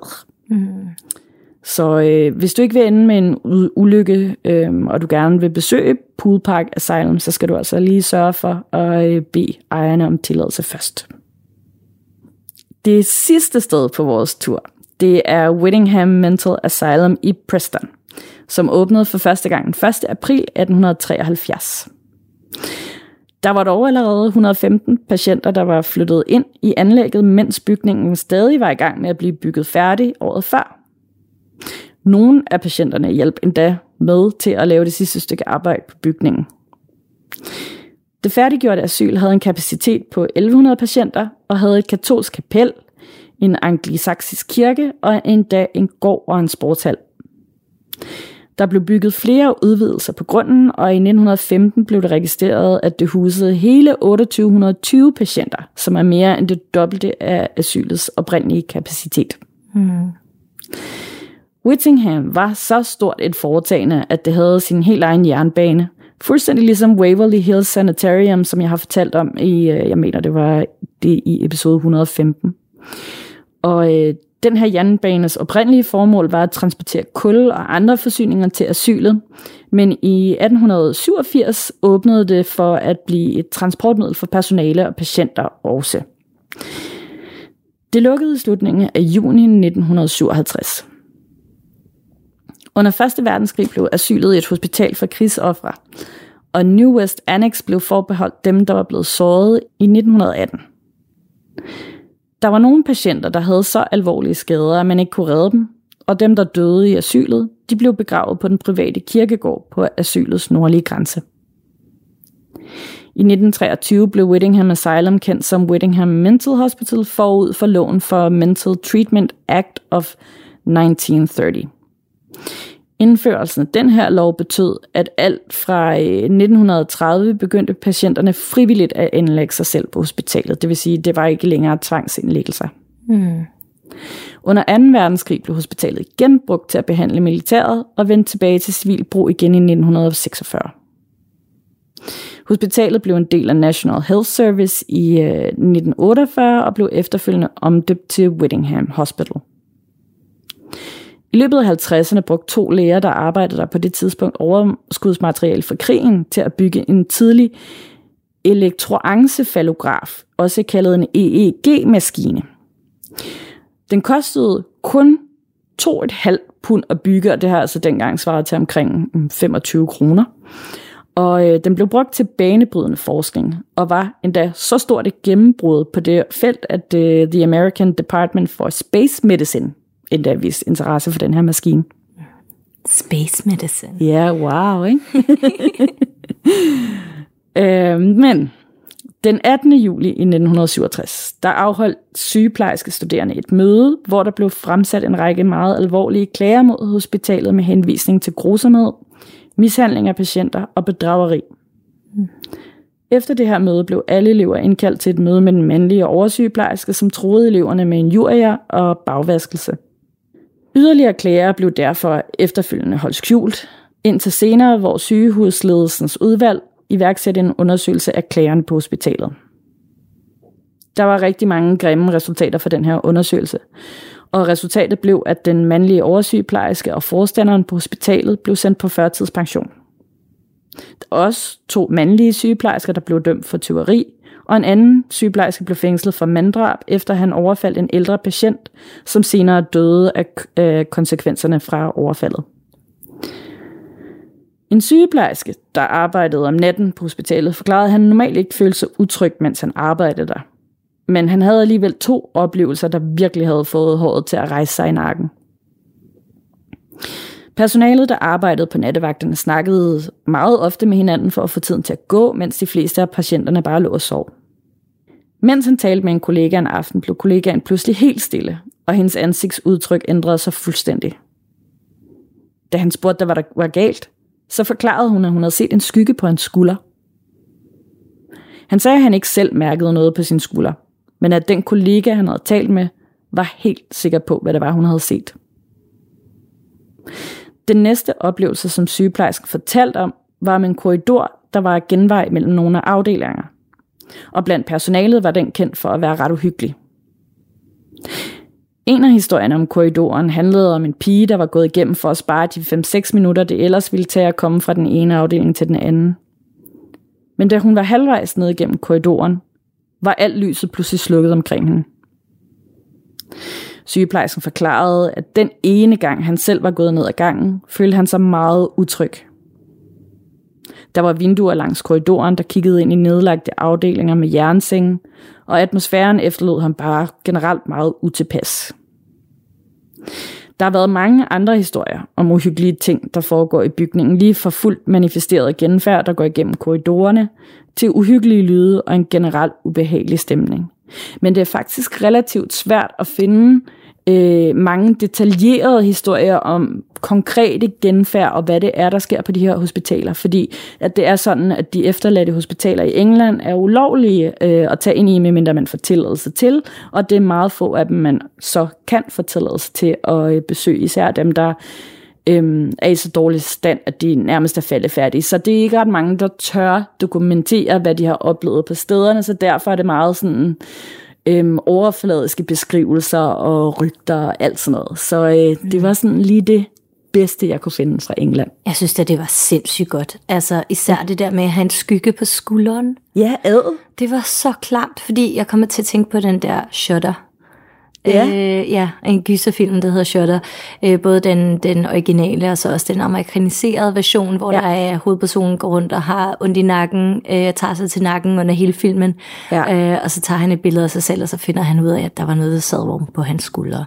Så hvis du ikke vil ende med en ulykke, og du gerne vil besøge Pool Park Asylum, så skal du altså lige sørge for at bede ejerne om tilladelse først. Det sidste sted på vores tur, det er Whittingham Mental Asylum i Preston, som åbnede for første gang den 1. april 1873. Der var dog allerede 115 patienter, der var flyttet ind i anlægget, mens bygningen stadig var i gang med at blive bygget færdig året før. Nogle af patienterne hjalp endda med til at lave det sidste stykke arbejde på bygningen. Det færdiggjorte asyl havde en kapacitet på 1100 patienter og havde et katolsk kapel, en anglisaksisk kirke og endda en gård og en sportshal. Der blev bygget flere udvidelser på grunden, og i 1915 blev det registreret, at det husede hele 2820 patienter, som er mere end det dobbelte af asylets oprindelige kapacitet. Whittingham var så stort et foretagende, at det havde sin helt egen jernbane. Fuldstændig ligesom Waverly Hills Sanitarium, som jeg har fortalt om i, jeg mener det var det i episode 115. Og den her jernbanes oprindelige formål var at transportere kul og andre forsyninger til asylet, men i 1887 åbnede det for at blive et transportmiddel for personale og patienter også. Det lukkede i slutningen af juni 1957. Under 1. verdenskrig blev asylet et hospital for krigsofre, og New West Annex blev forbeholdt dem, der var blevet såret i 1918. Der var nogle patienter, der havde så alvorlige skader, at man ikke kunne redde dem, og dem, der døde i asylet, de blev begravet på den private kirkegård på asylets nordlige grænse. I 1923 blev Whittingham Asylum kendt som Whittingham Mental Hospital forud for loven for Mental Treatment Act of 1930. Indførelsen af den her lov betød, at alt fra 1930 begyndte patienterne frivilligt at indlægge sig selv på hospitalet. Det vil sige, at det var ikke længere tvangsindlæggelser. Under 2. verdenskrig blev hospitalet igen brugt til at behandle militæret og vendte tilbage til civil brug igen i 1946. Hospitalet blev en del af National Health Service i 1948 og blev efterfølgende omdøbt til Whittingham Hospital. I løbet af 50'erne brugte 2 læger, der arbejdede der på det tidspunkt overskudsmateriale for krigen, til at bygge en tidlig elektroencefalograf, også kaldet en EEG-maskine. Den kostede kun 2,5 pund at bygge, og det har altså dengang svaret til omkring 25 kroner. Og den blev brugt til banebrydende forskning, og var endda så stort et gennembrud på det felt, at The American Department for Space Medicine endda vist interesse for den her maskine. Space medicine. Ja, wow, ikke? Men den 18. juli i 1967, der afholdt sygeplejerske studerende et møde, hvor der blev fremsat en række meget alvorlige klager mod hospitalet med henvisning til grusomhed, mishandling af patienter og bedrageri. Efter det her møde blev alle elever indkaldt til et møde med den mandlige oversygeplejerske, som truede eleverne med injurier og bagvaskelse. Yderligere klager blev derfor efterfølgende holdt skjult, indtil senere, hvor sygehusledelsens udvalg iværksatte en undersøgelse af klagerne på hospitalet. Der var rigtig mange grimme resultater for den her undersøgelse, Og resultatet blev, at den mandlige oversygeplejerske og forstanderen på hospitalet blev sendt på førtidspension. Der var også 2 mandlige sygeplejersker, der blev dømt for tyveri, og en anden sygeplejerske blev fængslet for manddrab, efter han overfaldt en ældre patient, som senere døde af konsekvenserne fra overfaldet. En sygeplejerske, der arbejdede om natten på hospitalet, forklarede, at han normalt ikke følte sig utryg, mens han arbejdede der. Men han havde alligevel 2 oplevelser, der virkelig havde fået håret til at rejse sig i nakken. Personalet, der arbejdede på nattevagterne, snakkede meget ofte med hinanden for at få tiden til at gå, mens de fleste af patienterne bare lå og sov. Mens han talte med en kollega en aften, blev kollegaen pludselig helt stille, og hendes ansigtsudtryk ændrede sig fuldstændig. Da han spurgte, hvad der var galt, så forklarede hun, at hun havde set en skygge på hans skulder. Han sagde, at han ikke selv mærkede noget på sin skulder, men at den kollega, han havde talt med, var helt sikker på, hvad det var, hun havde set. Den næste oplevelse, som sygeplejersken fortalte om, var om en korridor, der var genvej mellem nogle af afdelinger. Og blandt personalet var den kendt for at være ret uhyggelig. En af historierne om korridoren handlede om en pige, der var gået igennem for at spare de 5-6 minutter, det ellers ville tage at komme fra den ene afdeling til den anden. Men da hun var halvvejs ned igennem korridoren, var alt lyset pludselig slukket omkring hende. Sygeplejersken forklarede, at den ene gang, han selv var gået ned ad gangen, følte han sig meget utryg. Der var vinduer langs korridoren, der kiggede ind i nedlagte afdelinger med jernsenge, og atmosfæren efterlod ham bare generelt meget utilpas. Der har været mange andre historier om uhyggelige ting, der foregår i bygningen, lige fra fuldt manifesteret genfærd, der går igennem korridorerne, til uhyggelige lyde og en generelt ubehagelig stemning. Men det er faktisk relativt svært at finde mange detaljerede historier om konkrete genfærd og hvad det er, der sker på de her hospitaler. Fordi at det er sådan, at de efterladte hospitaler i England er ulovlige at tage ind i, medmindre man får tilladelse til. Og det er meget få af dem, man så kan få tilladelse til at besøge, især dem, der er i så dårlig stand, at de nærmest er faldefærdige. Så det er ikke ret mange, der tør dokumentere, hvad de har oplevet på stederne, så derfor er det meget sådan overfladiske beskrivelser og rygter og alt sådan noget. Så det var sådan lige det bedste, jeg kunne finde fra England. Jeg synes at det var sindssygt godt. Altså især det der med at have en skygge på skulderen. Ja, det var så klamt, fordi jeg kommer til at tænke på den der Shutter. Ja. En gyserfilm, der hedder Shutter. Både den originale og så også den amerikaniserede version, hvor der er hovedpersonen går rundt og har ondt i nakken, tager sig til nakken under hele filmen, og så tager han et billede af sig selv, og så finder han ud af, at der var noget, der sad på hans skuldre.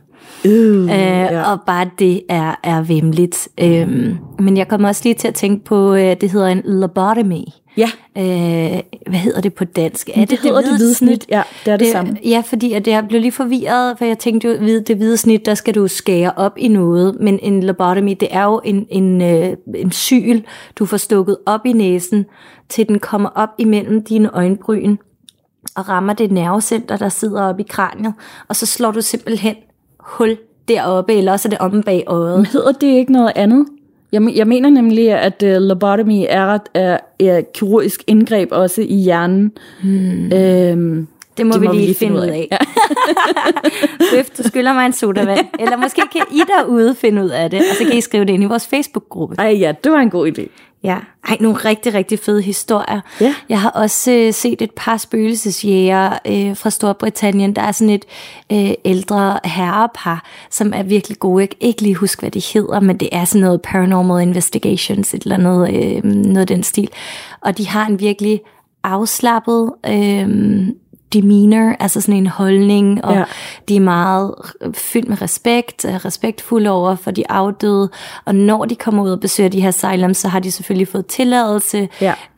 Og bare det er væmmeligt. Men jeg kommer også lige til at tænke på, det hedder en lobotomy. Ja. Hvad hedder det på dansk? Det hedder det hvide snit. Ja, det er det samme. Ja, fordi at jeg blev lige forvirret, for jeg tænkte jo, det hvide snit, der skal du skære op i noget, men en lobotomy, det er jo en syl, du får stukket op i næsen, til den kommer op imellem dine øjenbryn, og rammer det nervecenter, der sidder oppe i kraniet, og så slår du simpelthen hul deroppe, eller også er det omme bag øjet. Men hedder det ikke noget andet? Jeg mener nemlig, at lobotomy er kirurgisk indgreb også i hjernen. Det må vi lige finde ud af. Ja. Bøf, du skylder mig en sodavand. Eller måske kan I derude finde ud af det, og så kan I skrive det ind i vores Facebook-gruppe. Ej ja, det var en god idé. Ja, nogle rigtig, rigtig fede historier. Ja. Jeg har også set et par spøgelsesjæger fra Storbritannien. Der er sådan et ældre herrepar, som er virkelig gode. Jeg kan ikke lige huske, hvad de hedder, men det er sådan noget Paranormal Investigations, et eller andet, noget af den stil. Og de har en virkelig afslappet demeanor, altså sådan en holdning, og de er meget fyldt med respekt, respektfulde over for de afdøde, og når de kommer ud og besøger de her asylums, så har de selvfølgelig fået tilladelse,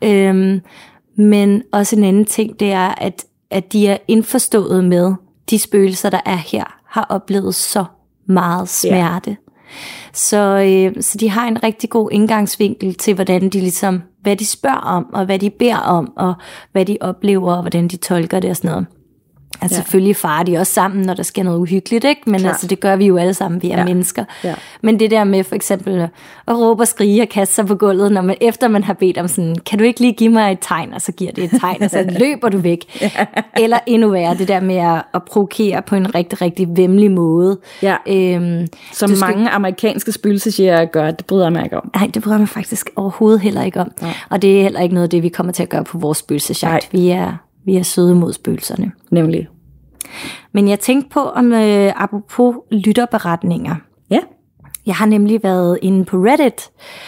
men også en anden ting, det er, at de er indforstået med, de spøgelser, der er her, har oplevet så meget smerte. Så de har en rigtig god indgangsvinkel til, hvordan de ligesom, hvad de spørger om, og hvad de beder om, og hvad de oplever, og hvordan de tolker det og sådan noget. Altså selvfølgelig farer de også sammen, når der sker noget uhyggeligt, ikke? Men altså, det gør vi jo alle sammen, vi er mennesker. Ja. Men det der med for eksempel at råbe og skrige og kaste sig på gulvet, når efter man har bedt om sådan, kan du ikke lige give mig et tegn, og så giver det et tegn, og så løber du væk. Eller endnu værre, det der med at provokere på en rigtig, rigtig væmmelig måde. Ja. Som mange amerikanske spøgelsesjægere gør, det bryder jeg mig ikke om. Nej, det bryder mig faktisk overhovedet heller ikke om. Ja. Og det er heller ikke noget af det, vi kommer til at gøre på vores spøgelsesjagt. Vi er søde mod spøgelserne. Nemlig. Men jeg tænkte på, om apropos lytterberetninger. Ja. Jeg har nemlig været inde på Reddit,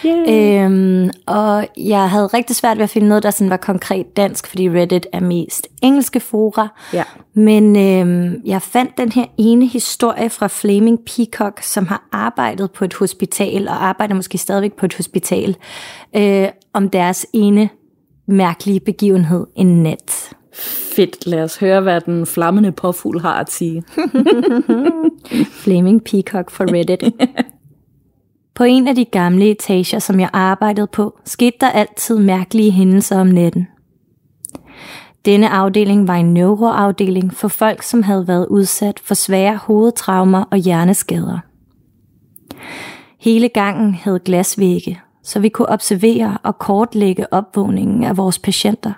og jeg havde rigtig svært ved at finde noget, der sådan var konkret dansk, fordi Reddit er mest engelske fora. Ja. Men jeg fandt den her ene historie fra Flaming Peacock, som har arbejdet på et hospital, og arbejder måske stadigvæk på et hospital, om deres ene mærkelige begivenhed en nat. Fedt, lad os høre, hvad den flammende påfugl har at sige. Flaming Peacock for Reddit. På en af de gamle etager, som jeg arbejdede på, skete der altid mærkelige hændelser om natten. Denne afdeling var en neuroafdeling for folk, som havde været udsat for svære hovedtraumer og hjerneskader. Hele gangen havde glasvægge, så vi kunne observere og kortlægge opvågningen af vores patienter.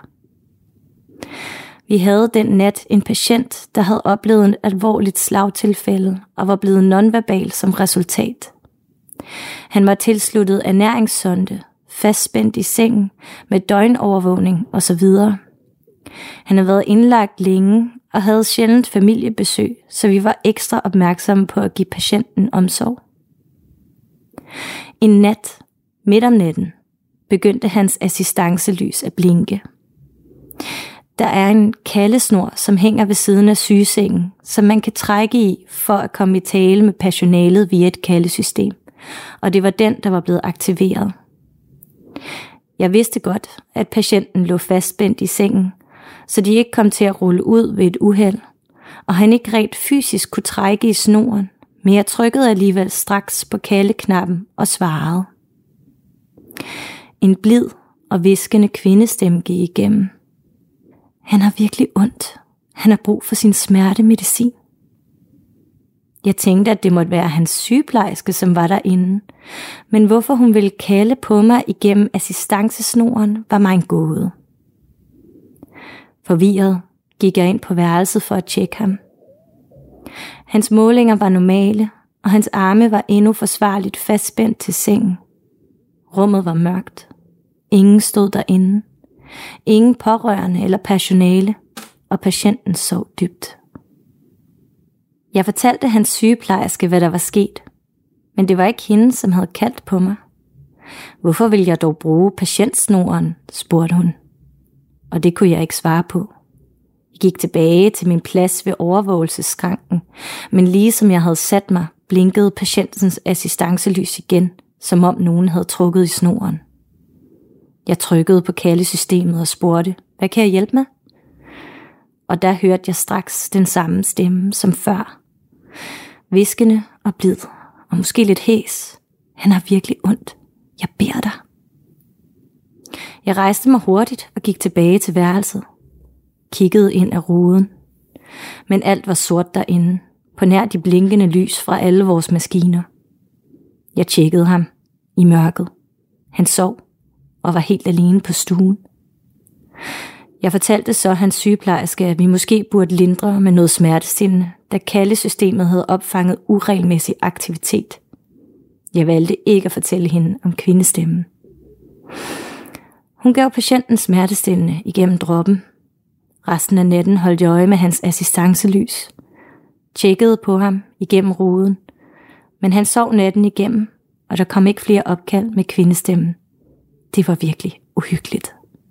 Vi havde den nat en patient, der havde oplevet et alvorligt slagtilfælde og var blevet nonverbal som resultat. Han var tilsluttet ernæringssonde, fastspændt i sengen med døgnovervågning osv. Han havde været indlagt længe og havde sjældent familiebesøg, så vi var ekstra opmærksomme på at give patienten omsorg. En nat, midt om natten, begyndte hans assistancelys at blinke. Der er en kaldesnor, som hænger ved siden af sygesengen, som man kan trække i for at komme i tale med personalet via et kaldesystem. Og det var den, der var blevet aktiveret. Jeg vidste godt, at patienten lå fastspændt i sengen, så de ikke kom til at rulle ud ved et uheld, og han ikke rent fysisk kunne trække i snoren, men jeg trykkede alligevel straks på kaldeknappen og svarede. En blid og hviskende kvindestemme gik igennem. Han har virkelig ondt. Han har brug for sin smertemedicin. Jeg tænkte, at det måtte være hans sygeplejerske, som var derinde. Men hvorfor hun ville kalde på mig igennem assistancesnoren, var mig en gåde. Forvirret gik jeg ind på værelset for at tjekke ham. Hans målinger var normale, og hans arme var endnu forsvarligt fastspændt til sengen. Rummet var mørkt. Ingen stod derinde. Ingen pårørende eller personale, og patienten sov dybt. Jeg fortalte hans sygeplejerske, hvad der var sket, men det var ikke hende, som havde kaldt på mig. Hvorfor ville jeg dog bruge patientsnoren, spurgte hun. Og det kunne jeg ikke svare på. Jeg gik tilbage til min plads ved overvågelsesskranken, men lige som jeg havde sat mig, blinkede patientens assistancelys igen, som om nogen havde trukket i snoren. Jeg trykkede på kaldesystemet og spurgte, hvad kan jeg hjælpe med? Og der hørte jeg straks den samme stemme som før. Hviskende og blid, og måske lidt hæs. Han har virkelig ondt. Jeg beder dig. Jeg rejste mig hurtigt og gik tilbage til værelset. Kiggede ind ad ruden. Men alt var sort derinde, på nær de blinkende lys fra alle vores maskiner. Jeg tjekkede ham i mørket. Han sov og var helt alene på stuen. Jeg fortalte så hans sygeplejerske, at vi måske burde lindre med noget smertestillende, da kaldesystemet havde opfanget uregelmæssig aktivitet. Jeg valgte ikke at fortælle hende om kvindestemmen. Hun gav patienten smertestillende igennem droppen. Resten af natten holdt jeg øje med hans assistancelys. Tjekkede på ham igennem ruden. Men han sov natten igennem, og der kom ikke flere opkald med kvindestemmen. Det var virkelig uhyggeligt.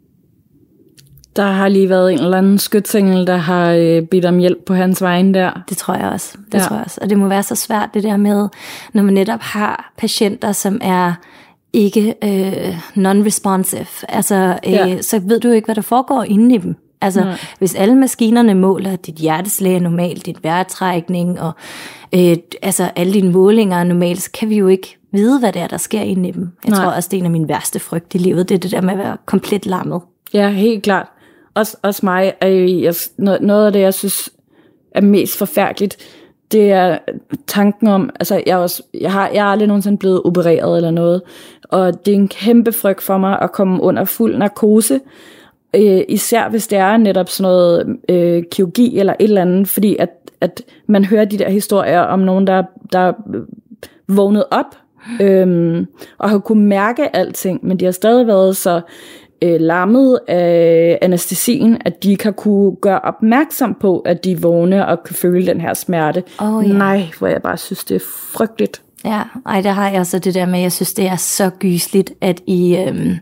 Der har lige været en eller anden skytsengel, der har bedt om hjælp på hans vegne der. Det tror jeg også. Tror jeg også. Og det må være så svært det der med, når man netop har patienter, som er ikke non-responsive. Altså, så ved du ikke, hvad der foregår inde i dem. Altså, hvis alle maskinerne måler, dit hjerteslag er normalt, dit vejrtrækning, og altså alle dine målinger er normalt, så kan vi jo ikke vide, hvad det er, der sker inde i dem. Jeg tror også, det er en af mine værste frygt i livet, det er det der med at være komplet lammet. Ja, helt klart. Også mig. Noget af det, jeg synes er mest forfærdeligt, det er tanken om, altså jeg er aldrig nogensinde blevet opereret eller noget, og det er en kæmpe frygt for mig at komme under fuld narkose, især hvis det er netop sådan noget kirurgi eller et eller andet, fordi at man hører de der historier om nogen, der vågnet op, og har kunne mærke alting, men de har stadig været så lammet af anæstesien, at de ikke har kunne gøre opmærksom på, at de er vågne og kan føle den her smerte. Nej, hvor jeg bare synes, det er frygteligt. Ja, der har jeg så det der med, jeg synes, det er så gysligt, at i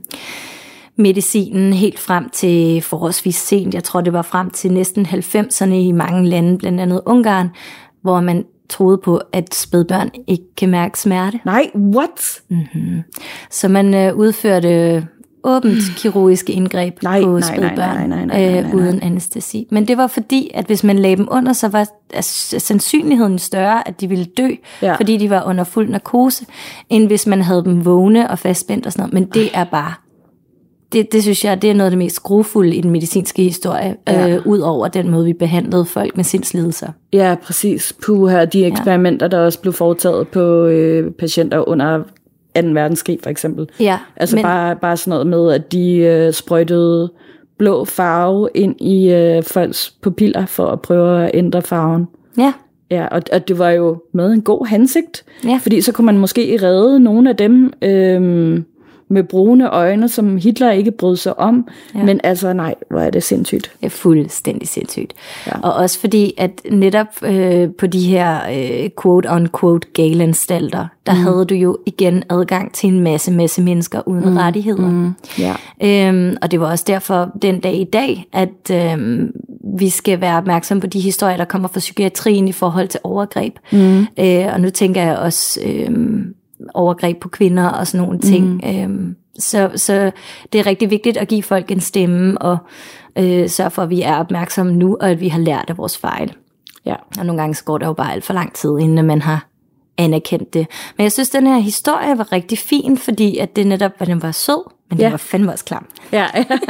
medicinen helt frem til forholdsvis sent, jeg tror, det var frem til næsten 90'erne i mange lande, blandt andet Ungarn, hvor man troede på, at spædbørn ikke kan mærke smerte. Nej, what? Mm-hmm. Så man udførte åbent kirurgiske indgreb på spædbørn uden anæstesi. Men det var fordi, at hvis man lagde dem under, så var sandsynligheden større, at de ville dø, fordi de var under fuld narkose, end hvis man havde dem vågne og fastspændt og sådan noget. Men det er bare, det synes jeg, det er noget af det mest grufulde i den medicinske historie, ud over den måde, vi behandlede folk med sindslidelser. Ja, præcis. Puha, de eksperimenter, der også blev foretaget på patienter under 2. verdenskrig, for eksempel. Ja, altså bare sådan noget med, at de sprøjtede blå farve ind i folks pupiller for at prøve at ændre farven. Ja. Ja, og det var jo med en god hensigt, fordi så kunne man måske redde nogle af dem med brune øjne, som Hitler ikke brød sig om. Ja. Men altså nej, hvor er det sindssygt. Det er fuldstændig sindssygt. Ja. Og også fordi, at netop på de her quote-unquote galanstalter, der havde du jo igen adgang til en masse mennesker uden rettigheder. Ja. Og det var også derfor den dag i dag, at vi skal være opmærksomme på de historier, der kommer fra psykiatrien i forhold til overgreb. Og nu tænker jeg også overgreb på kvinder og sådan nogle ting. Så det er rigtig vigtigt at give folk en stemme og sørge for, at vi er opmærksomme nu, og at vi har lært af vores fejl. Ja. Og nogle gange så går der jo bare alt for lang tid, inden man har anerkendt det. Men jeg synes, den her historie var rigtig fin, fordi at det netop, at den var sød, men den var fandme også klam. Ja.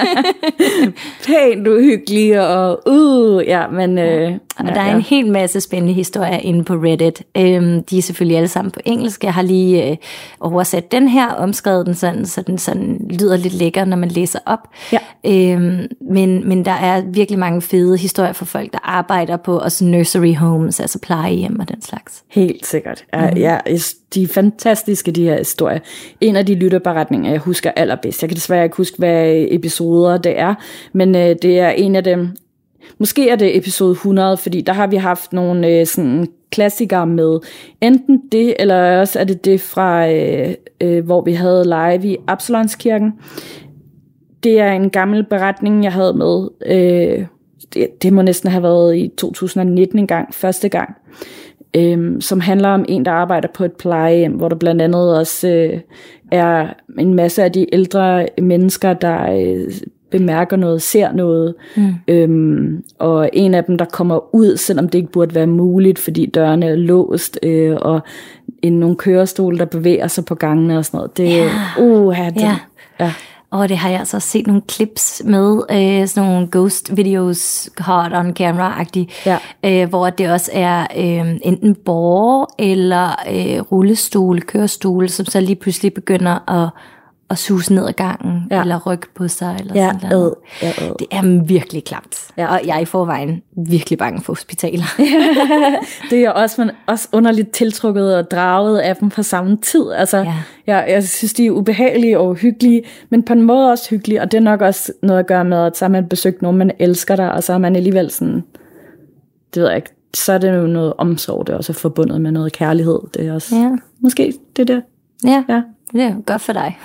Pænt uhyggelig og men og der er en hel masse spændende historier inde på Reddit. De er selvfølgelig alle sammen på engelsk. Jeg har lige oversat den her, omskrevet den sådan, så den sådan lyder lidt lækker, når man læser op. Ja. Men der er virkelig mange fede historier for folk, der arbejder på også nursery homes, altså plejehjem og den slags. Helt sikkert. Ja, de er fantastiske, de her historier. En af de lytterberetninger, jeg husker allerbedst. Jeg kan desværre ikke huske, hvad episoder det er, men det er en af dem. Måske er det episode 100, fordi der har vi haft nogle sådan klassikere med. Enten det, eller også er det fra, hvor vi havde live i Absalonskirken. Det er en gammel beretning, jeg havde med. Det må næsten have været i 2019 engang, første gang. Som handler om en, der arbejder på et plejehjem, hvor der blandt andet også er en masse af de ældre mennesker, der bemærker noget, ser noget, og en af dem, der kommer ud, selvom det ikke burde være muligt, fordi dørene er låst, og nogle kørestole, der bevæger sig på gangene og sådan noget. Det det har jeg altså set nogle clips med, sådan nogle ghost videos, hot on camera-agtige, hvor det også er enten borger eller rullestol, kørestol, som så lige pludselig begynder at suse ned ad gangen, eller rykke på sig, eller sådan noget. Det er virkelig klamt. Og jeg er i forvejen virkelig bange for hospitaler. Det er også underligt tiltrukket og draget af dem på samme tid. Altså, jeg synes, de er ubehagelige og hyggelige, men på en måde også hyggelige, og det er nok også noget at gøre med, at så har man besøgt nogen, man elsker der, og så er man alligevel sådan, det ved jeg ikke, så er det jo noget omsorg, det er også forbundet med noget kærlighed. Det er også, måske det der. Ja. Det er godt for dig.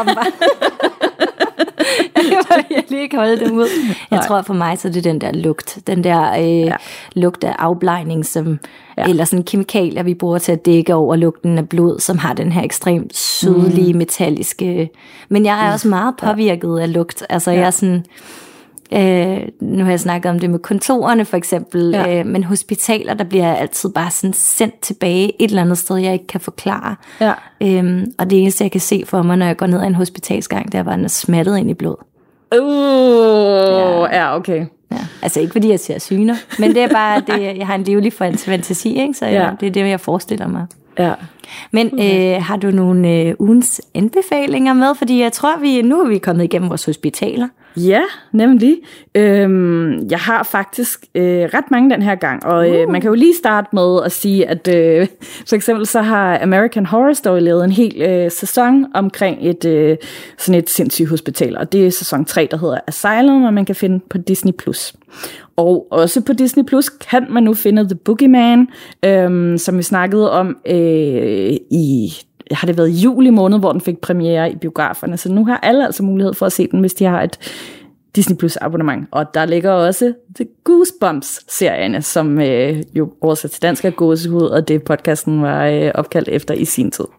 Jeg lige ikke holde dem ud. Jeg tror for mig, så det er den der lugt. Den der lugt af afblejning, som, eller sådan kemikalier, vi bruger til at dække over lugten af blod, som har den her ekstremt sødlige, metalliske. Men jeg er også meget påvirket af lugt. Altså jeg er sådan... nu har jeg snakket om det med kontorerne for eksempel, men hospitaler, der bliver jeg altid bare sådan sendt tilbage et eller andet sted, jeg ikke kan forklare. Og det eneste, jeg kan se for mig, når jeg går ned ad en hospitalsgang, det er bare, den er smattet ind i blod. Ja, okay. Ja, altså ikke fordi jeg ser syner, men det er bare, jeg har en livlig fantasi, ikke? Så det er det, jeg forestiller mig. Ja. Men har du nogle ugens anbefalinger med? Fordi jeg tror, nu er vi kommet igennem vores hospitaler. Ja, nemlig. Jeg har faktisk ret mange den her gang, og man kan jo lige starte med at sige, at for eksempel så har American Horror Story lavet en hel sæson omkring sådan et sindssygt hospital, og det er sæson 3, der hedder Asylum, og man kan finde på Disney+. Og også på Disney Plus kan man nu finde The Boogeyman, som vi snakkede om har det været i juli måned, hvor den fik premiere i biograferne. Så nu har alle altså mulighed for at se den, hvis de har et Disney Plus abonnement. Og der ligger også The Goosebumps-serierne, som jo oversat til dansk er gåsehud, og det podcasten var opkaldt efter i sin tid.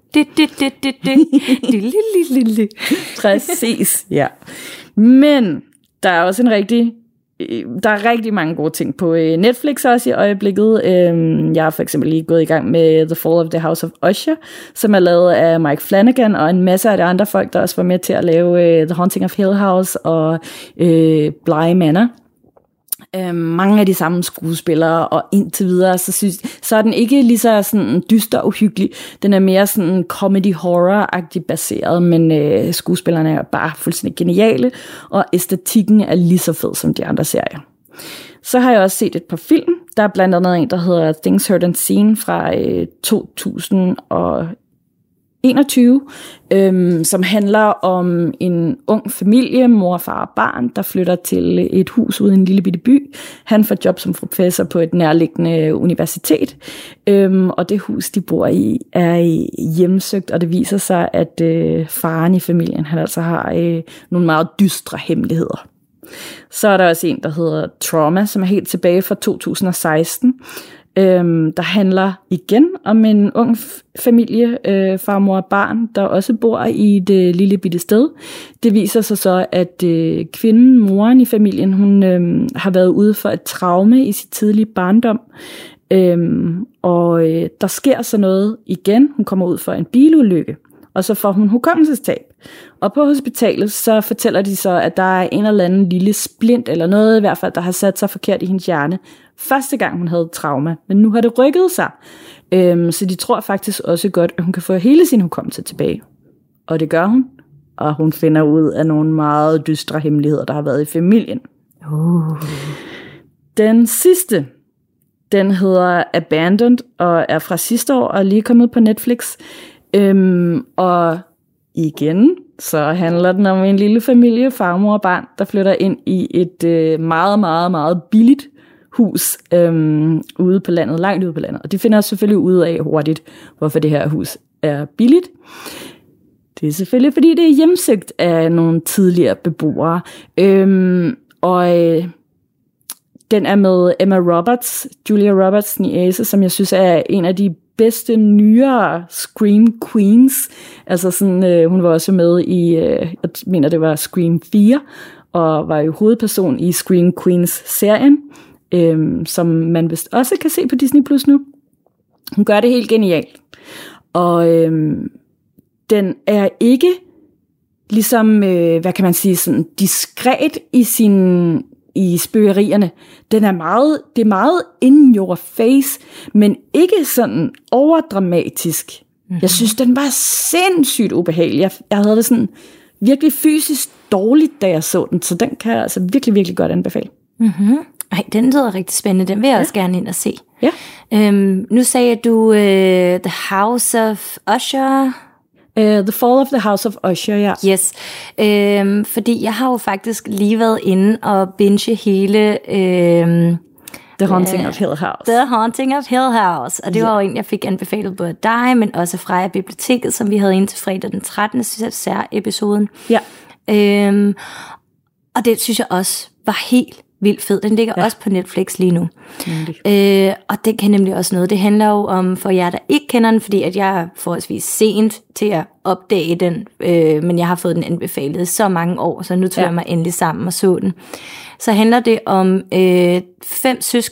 Præcis, ja. Men der er også der er rigtig mange gode ting på Netflix også i øjeblikket. Jeg har for eksempel lige gået i gang med The Fall of the House of Usher, som er lavet af Mike Flanagan og en masse af de andre folk, der også var med til at lave The Haunting of Hill House og Bly Manor. Mange af de samme skuespillere, og indtil videre, så er den ikke lige så sådan dyster og uhyggelig. Den er mere sådan comedy-horror-agtig baseret, men skuespillerne er bare fuldstændig geniale, og æstetikken er lige så fed som de andre serier. Så har jeg også set et par film. Der er blandt andet en, der hedder Things Heard and Seen fra 2021, som handler om en ung familie, mor, far og barn, der flytter til et hus ude i en lille bitte by. Han får job som professor på et nærliggende universitet, og det hus, de bor i, er hjemsøgt, og det viser sig, at faren i familien, han altså har nogle meget dystre hemmeligheder. Så er der også en, der hedder Trauma, som er helt tilbage fra 2016, der handler igen om en ung familie, far, mor og barn, der også bor i det lille bitte sted. Det viser sig så, at kvinden, moren i familien, hun har været ude for et traume i sit tidlige barndom, og der sker så noget igen. Hun kommer ud for en bilulykke, og så får hun hukommelsestab. Og på hospitalet, så fortæller de så, at der er en eller anden lille splint, eller noget i hvert fald, der har sat sig forkert i hendes hjerne, første gang hun havde trauma. Men nu har det rykket sig. Så de tror faktisk også godt, at hun kan få hele sin hukommelse tilbage. Og det gør hun. Og hun finder ud af nogle meget dystre hemmeligheder, der har været i familien. Den sidste, den hedder Abandoned, og er fra sidste år, og er lige kommet på Netflix. Og igen, så handler den om en lille familie, farmor og barn, der flytter ind i et meget, meget, meget billigt hus ude på landet, langt ude på landet. Og de finder selvfølgelig ud af hurtigt, hvorfor det her hus er billigt. Det er selvfølgelig, fordi det er hjemsøgt af nogle tidligere beboere. Den er med Emma Roberts, Julia Roberts niece, som jeg synes er en af de bedste nyere Scream Queens. Altså sådan, hun var også med i, jeg mener det var Scream 4, og var jo hovedperson i Scream Queens-serien, som man vist også kan se på Disney Plus nu. Hun gør det helt genialt. Og den er ikke ligesom, hvad kan man sige, sådan diskret i spøgerierne. Det er meget in your face, men ikke sådan overdramatisk. Mm-hmm. Jeg synes, den var sindssygt ubehagelig. Jeg havde det sådan virkelig fysisk dårligt, da jeg så den, så den kan jeg altså virkelig, virkelig godt anbefale. Mm-hmm. Ej, den lyder rigtig spændende. Den vil jeg også gerne ind og se. Ja. Nu sagde du The House of Usher. The Fall of the House of Usher, ja. Yes, fordi jeg har jo faktisk lige været inde og binge hele The Haunting of Hill House. The Haunting of Hill House. Og det var jo en, jeg fik anbefalet både dig, men også fra biblioteket, som vi havde ind til fredag den 13. sær-episoden. Ja. Og det synes jeg også var helt vildt fed. Den ligger også på Netflix lige nu. Og det kan nemlig også noget. Det handler jo om, for jer, der ikke kender den, fordi at jeg er forholdsvis sent til at opdage den, men jeg har fået den anbefalet så mange år, så nu tog jeg mig endelig sammen og så den. Så handler det om 5 søskende,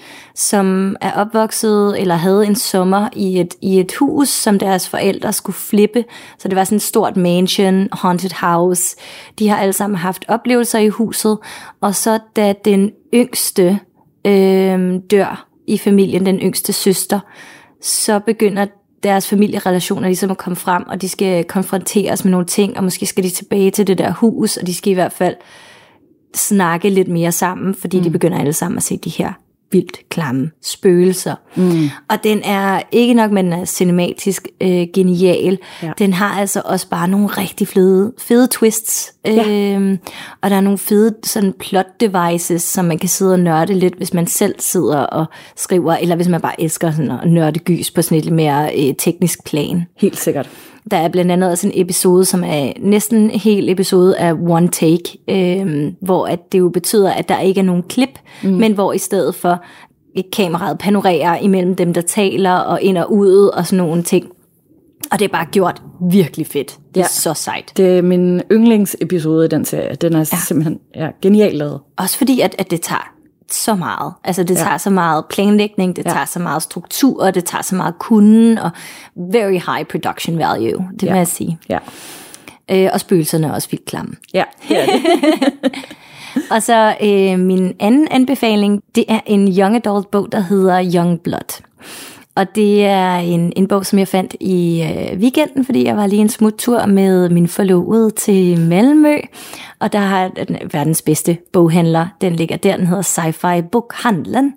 som er opvokset eller havde en sommer i et hus, som deres forældre skulle flippe. Så det var sådan et stort mansion, haunted house. De har alle sammen haft oplevelser i huset, og så da den yngste dør i familien, den yngste søster, så begynder deres familierelationer ligesom at komme frem, og de skal konfronteres med nogle ting, og måske skal de tilbage til det der hus, og de skal i hvert fald snakke lidt mere sammen, fordi de begynder alle sammen at se de her vildt klamme spøgelser. Og den er ikke nok, men den er cinematisk genial. Ja. Den har altså også bare nogle rigtig fede twists. Og der er nogle fede sådan plot devices, som man kan sidde og nørde lidt, hvis man selv sidder og skriver, eller hvis man bare elsker sådan at nørde gys på sådan et lidt mere teknisk plan. Helt sikkert. Der er blandt andet også en episode, som er næsten en hel episode af one take, hvor at det jo betyder, at der ikke er nogen klip, men hvor i stedet for kameraet panorerer imellem dem, der taler, og ind og ud, og sådan nogle ting. Og det er bare gjort virkelig fedt. Det er så sejt. Det er min yndlingsepisode i den serie. Den er simpelthen genialt lavet. Også fordi, at det tager så meget. Altså det tager så meget planlægning, det tager så meget struktur, det tager så meget kunden, og very high production value, det må jeg sige. Ja. Og spøgelserne er også vildt klamme. Ja, det er det. Og så min anden anbefaling, det er en young adult bog, der hedder Young Blood. Og det er en bog, som jeg fandt i weekenden, fordi jeg var lige en smuttur med min forlovede til Malmø. Og der har den verdens bedste boghandler, den ligger der, den hedder Sci-Fi Bokhandlen.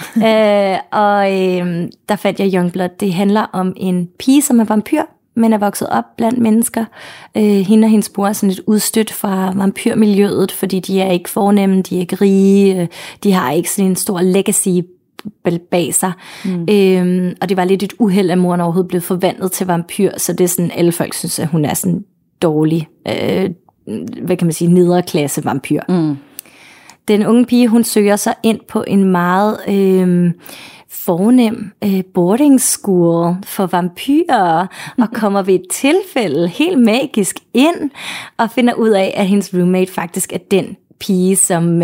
Der fandt jeg Young Blood. Det handler om en pige, som er vampyr, men er vokset op blandt mennesker. Hende og hendes bror er sådan lidt udstødt fra vampyrmiljøet, fordi de er ikke fornemme, de er ikke rige, de har ikke sådan en stor legacy bag sig. Og det var lidt et uheld, at moren overhovedet blev forvandlet til vampyr, så det er sådan, alle folk synes, at hun er sådan dårlig, hvad kan man sige, nederklasse vampyr. Den unge pige, hun søger sig ind på en meget fornem boarding school for vampyrer, og kommer ved et tilfælde helt magisk ind, og finder ud af, at hendes roommate faktisk er den pige,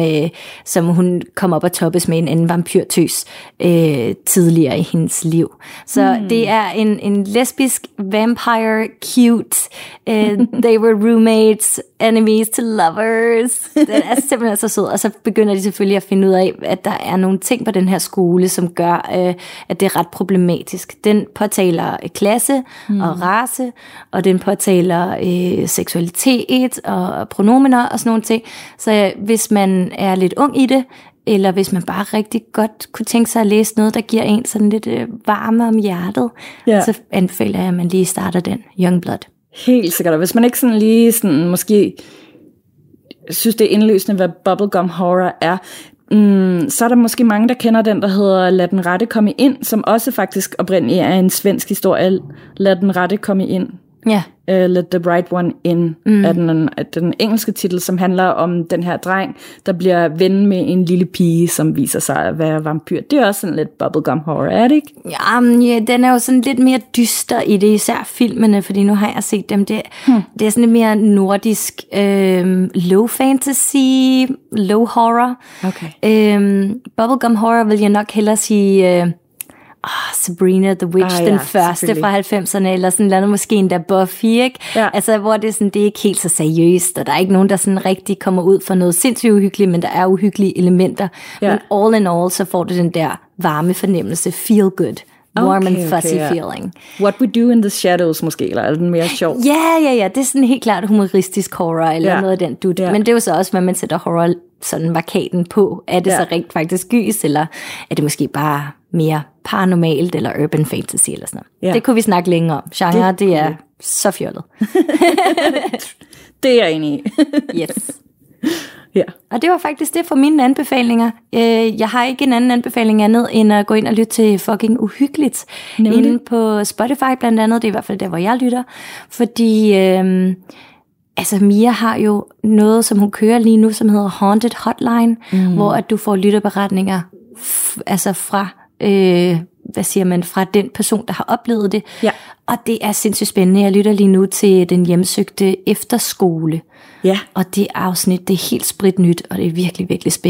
som hun kom op og toppes med en anden vampyrtøs tidligere i hendes liv. Så det er en lesbisk vampire cute. They were roommates, enemies to lovers. Den er simpelthen så sød. Og så begynder de selvfølgelig at finde ud af, at der er nogle ting på den her skole, som gør, at det er ret problematisk. Den påtaler klasse og race, og den påtaler seksualitet og pronomener og sådan nogle ting. Så hvis man er lidt ung i det, eller hvis man bare rigtig godt kunne tænke sig at læse noget, der giver en sådan lidt varme om hjertet, så anbefaler jeg, at man lige starter den, Young Blood. Helt sikkert. Og hvis man ikke sådan lige sådan, måske synes, det er indløsende, hvad bubblegum horror er, så er der måske mange, der kender den, der hedder Lad den rette komme ind, som også faktisk oprindeligt er en svensk historie. Lad den rette komme ind. Ja. Let the Bright One In er den engelske titel, som handler om den her dreng, der bliver ven med en lille pige, som viser sig at være vampyr. Det er også sådan lidt bubblegum horror, er det ikke? Ja, den er jo sådan lidt mere dyster i det, især filmene, fordi nu har jeg set dem. Det er sådan lidt mere nordisk low fantasy, low horror. Okay. Bubblegum horror vil jeg nok hellere sige Sabrina the Witch, den første fra 90'erne, eller sådan noget, måske endda Buffy, ikke? Ja. Altså, hvor det er sådan, det er ikke helt så seriøst, og der er ikke nogen, der sådan rigtig kommer ud for noget sindssygt uhyggeligt, men der er uhyggelige elementer. Ja. Men all in all, så får det den der varme fornemmelse, feel good. Warm and fuzzy feeling. What We Do in the Shadows måske, eller er den mere sjov? Ja, det er sådan helt klart humoristisk horror, eller noget af den dut. Men det er jo så også, hvad man sætter horror sådan markaden på. Er det så rent faktisk gys, eller er det måske bare mere paranormalt, eller urban fantasy, eller sådan noget. Det kunne vi snakke længere om. Genre, det er så fjollet. Det er jeg enig i. Yes. Ja. Og det var faktisk det for mine anbefalinger. Jeg har ikke en anden anbefaling andet, end at gå ind og lytte til fucking uhyggeligt. Inde på Spotify blandt andet, det er i hvert fald der, hvor jeg lytter. Fordi Mia har jo noget, som hun kører lige nu, som hedder Haunted Hotline, hvor at du får lytterberetninger fra fra den person, der har oplevet det. Ja. Og det er sindssygt spændende. Jeg lytter lige nu til den hjemsøgte efterskole. Ja. Og det afsnit, det er helt spritnyt, og det er virkelig, virkelig spændende.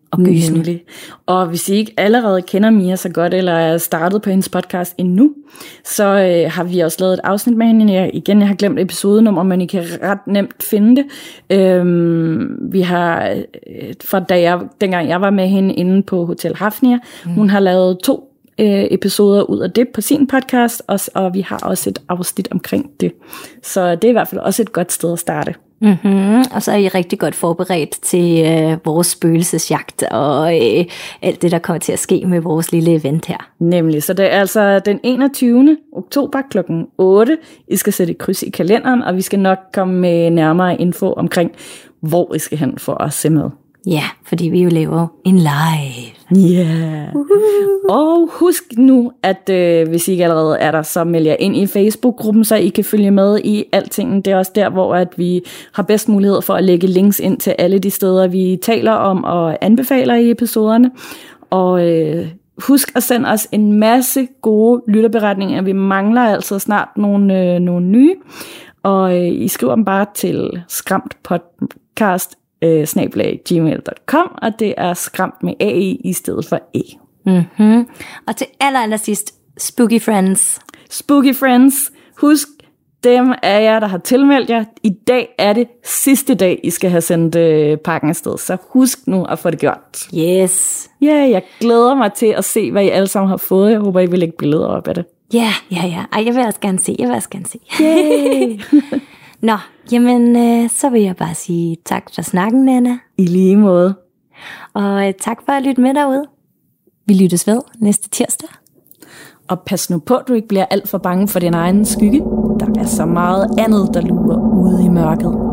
og gysende. Og hvis I ikke allerede kender Mia så godt, eller er startet på hendes podcast endnu, så har vi også lavet et afsnit med hende. Jeg har glemt episodenummer, men I kan ret nemt finde det. Vi har, fra dengang jeg var med hende inde på Hotel Hafnia, hun har lavet 2 episoder ud af det på sin podcast, og vi har også et afsnit omkring det. Så det er i hvert fald også et godt sted at starte. Mm-hmm. Og så er I rigtig godt forberedt til vores spøgelsesjagt og alt det, der kommer til at ske med vores lille event her. Nemlig, så det er altså den 21. oktober kl. 8. I skal sætte et kryds i kalenderen, og vi skal nok komme med nærmere info omkring, hvor I skal hen for at se med. Ja, fordi vi jo laver en live. Ja. Yeah. Og husk nu, at hvis I ikke allerede er der, så meld jer ind i Facebook-gruppen, så I kan følge med i alting. Det er også der, hvor at vi har bedst mulighed for at lægge links ind til alle de steder, vi taler om og anbefaler i episoderne. Og husk at sende os en masse gode lytterberetninger. Vi mangler altså snart nogle nye. Og I skriver dem bare til skramtpodcast @gmail.com, og det er skræmt med AI i stedet for E. Mm-hmm. Og til allersidst, Spooky Friends. Spooky Friends, husk, dem af jer, der har tilmeldt jer, i dag er det sidste dag, I skal have sendt pakken afsted, så husk nu at få det gjort. Yes. Ja, jeg glæder mig til at se, hvad I alle sammen har fået. Jeg håber, I vil lægge billeder op af det. Ja. Ej, jeg vil også gerne se. Yay! Nå, jamen, så vil jeg bare sige tak for snakken, Nana. I lige måde. Og tak for at lytte med derude. Vi lyttes ved næste tirsdag. Og pas nu på, at du ikke bliver alt for bange for din egen skygge. Der er så meget andet, der lurer ude i mørket.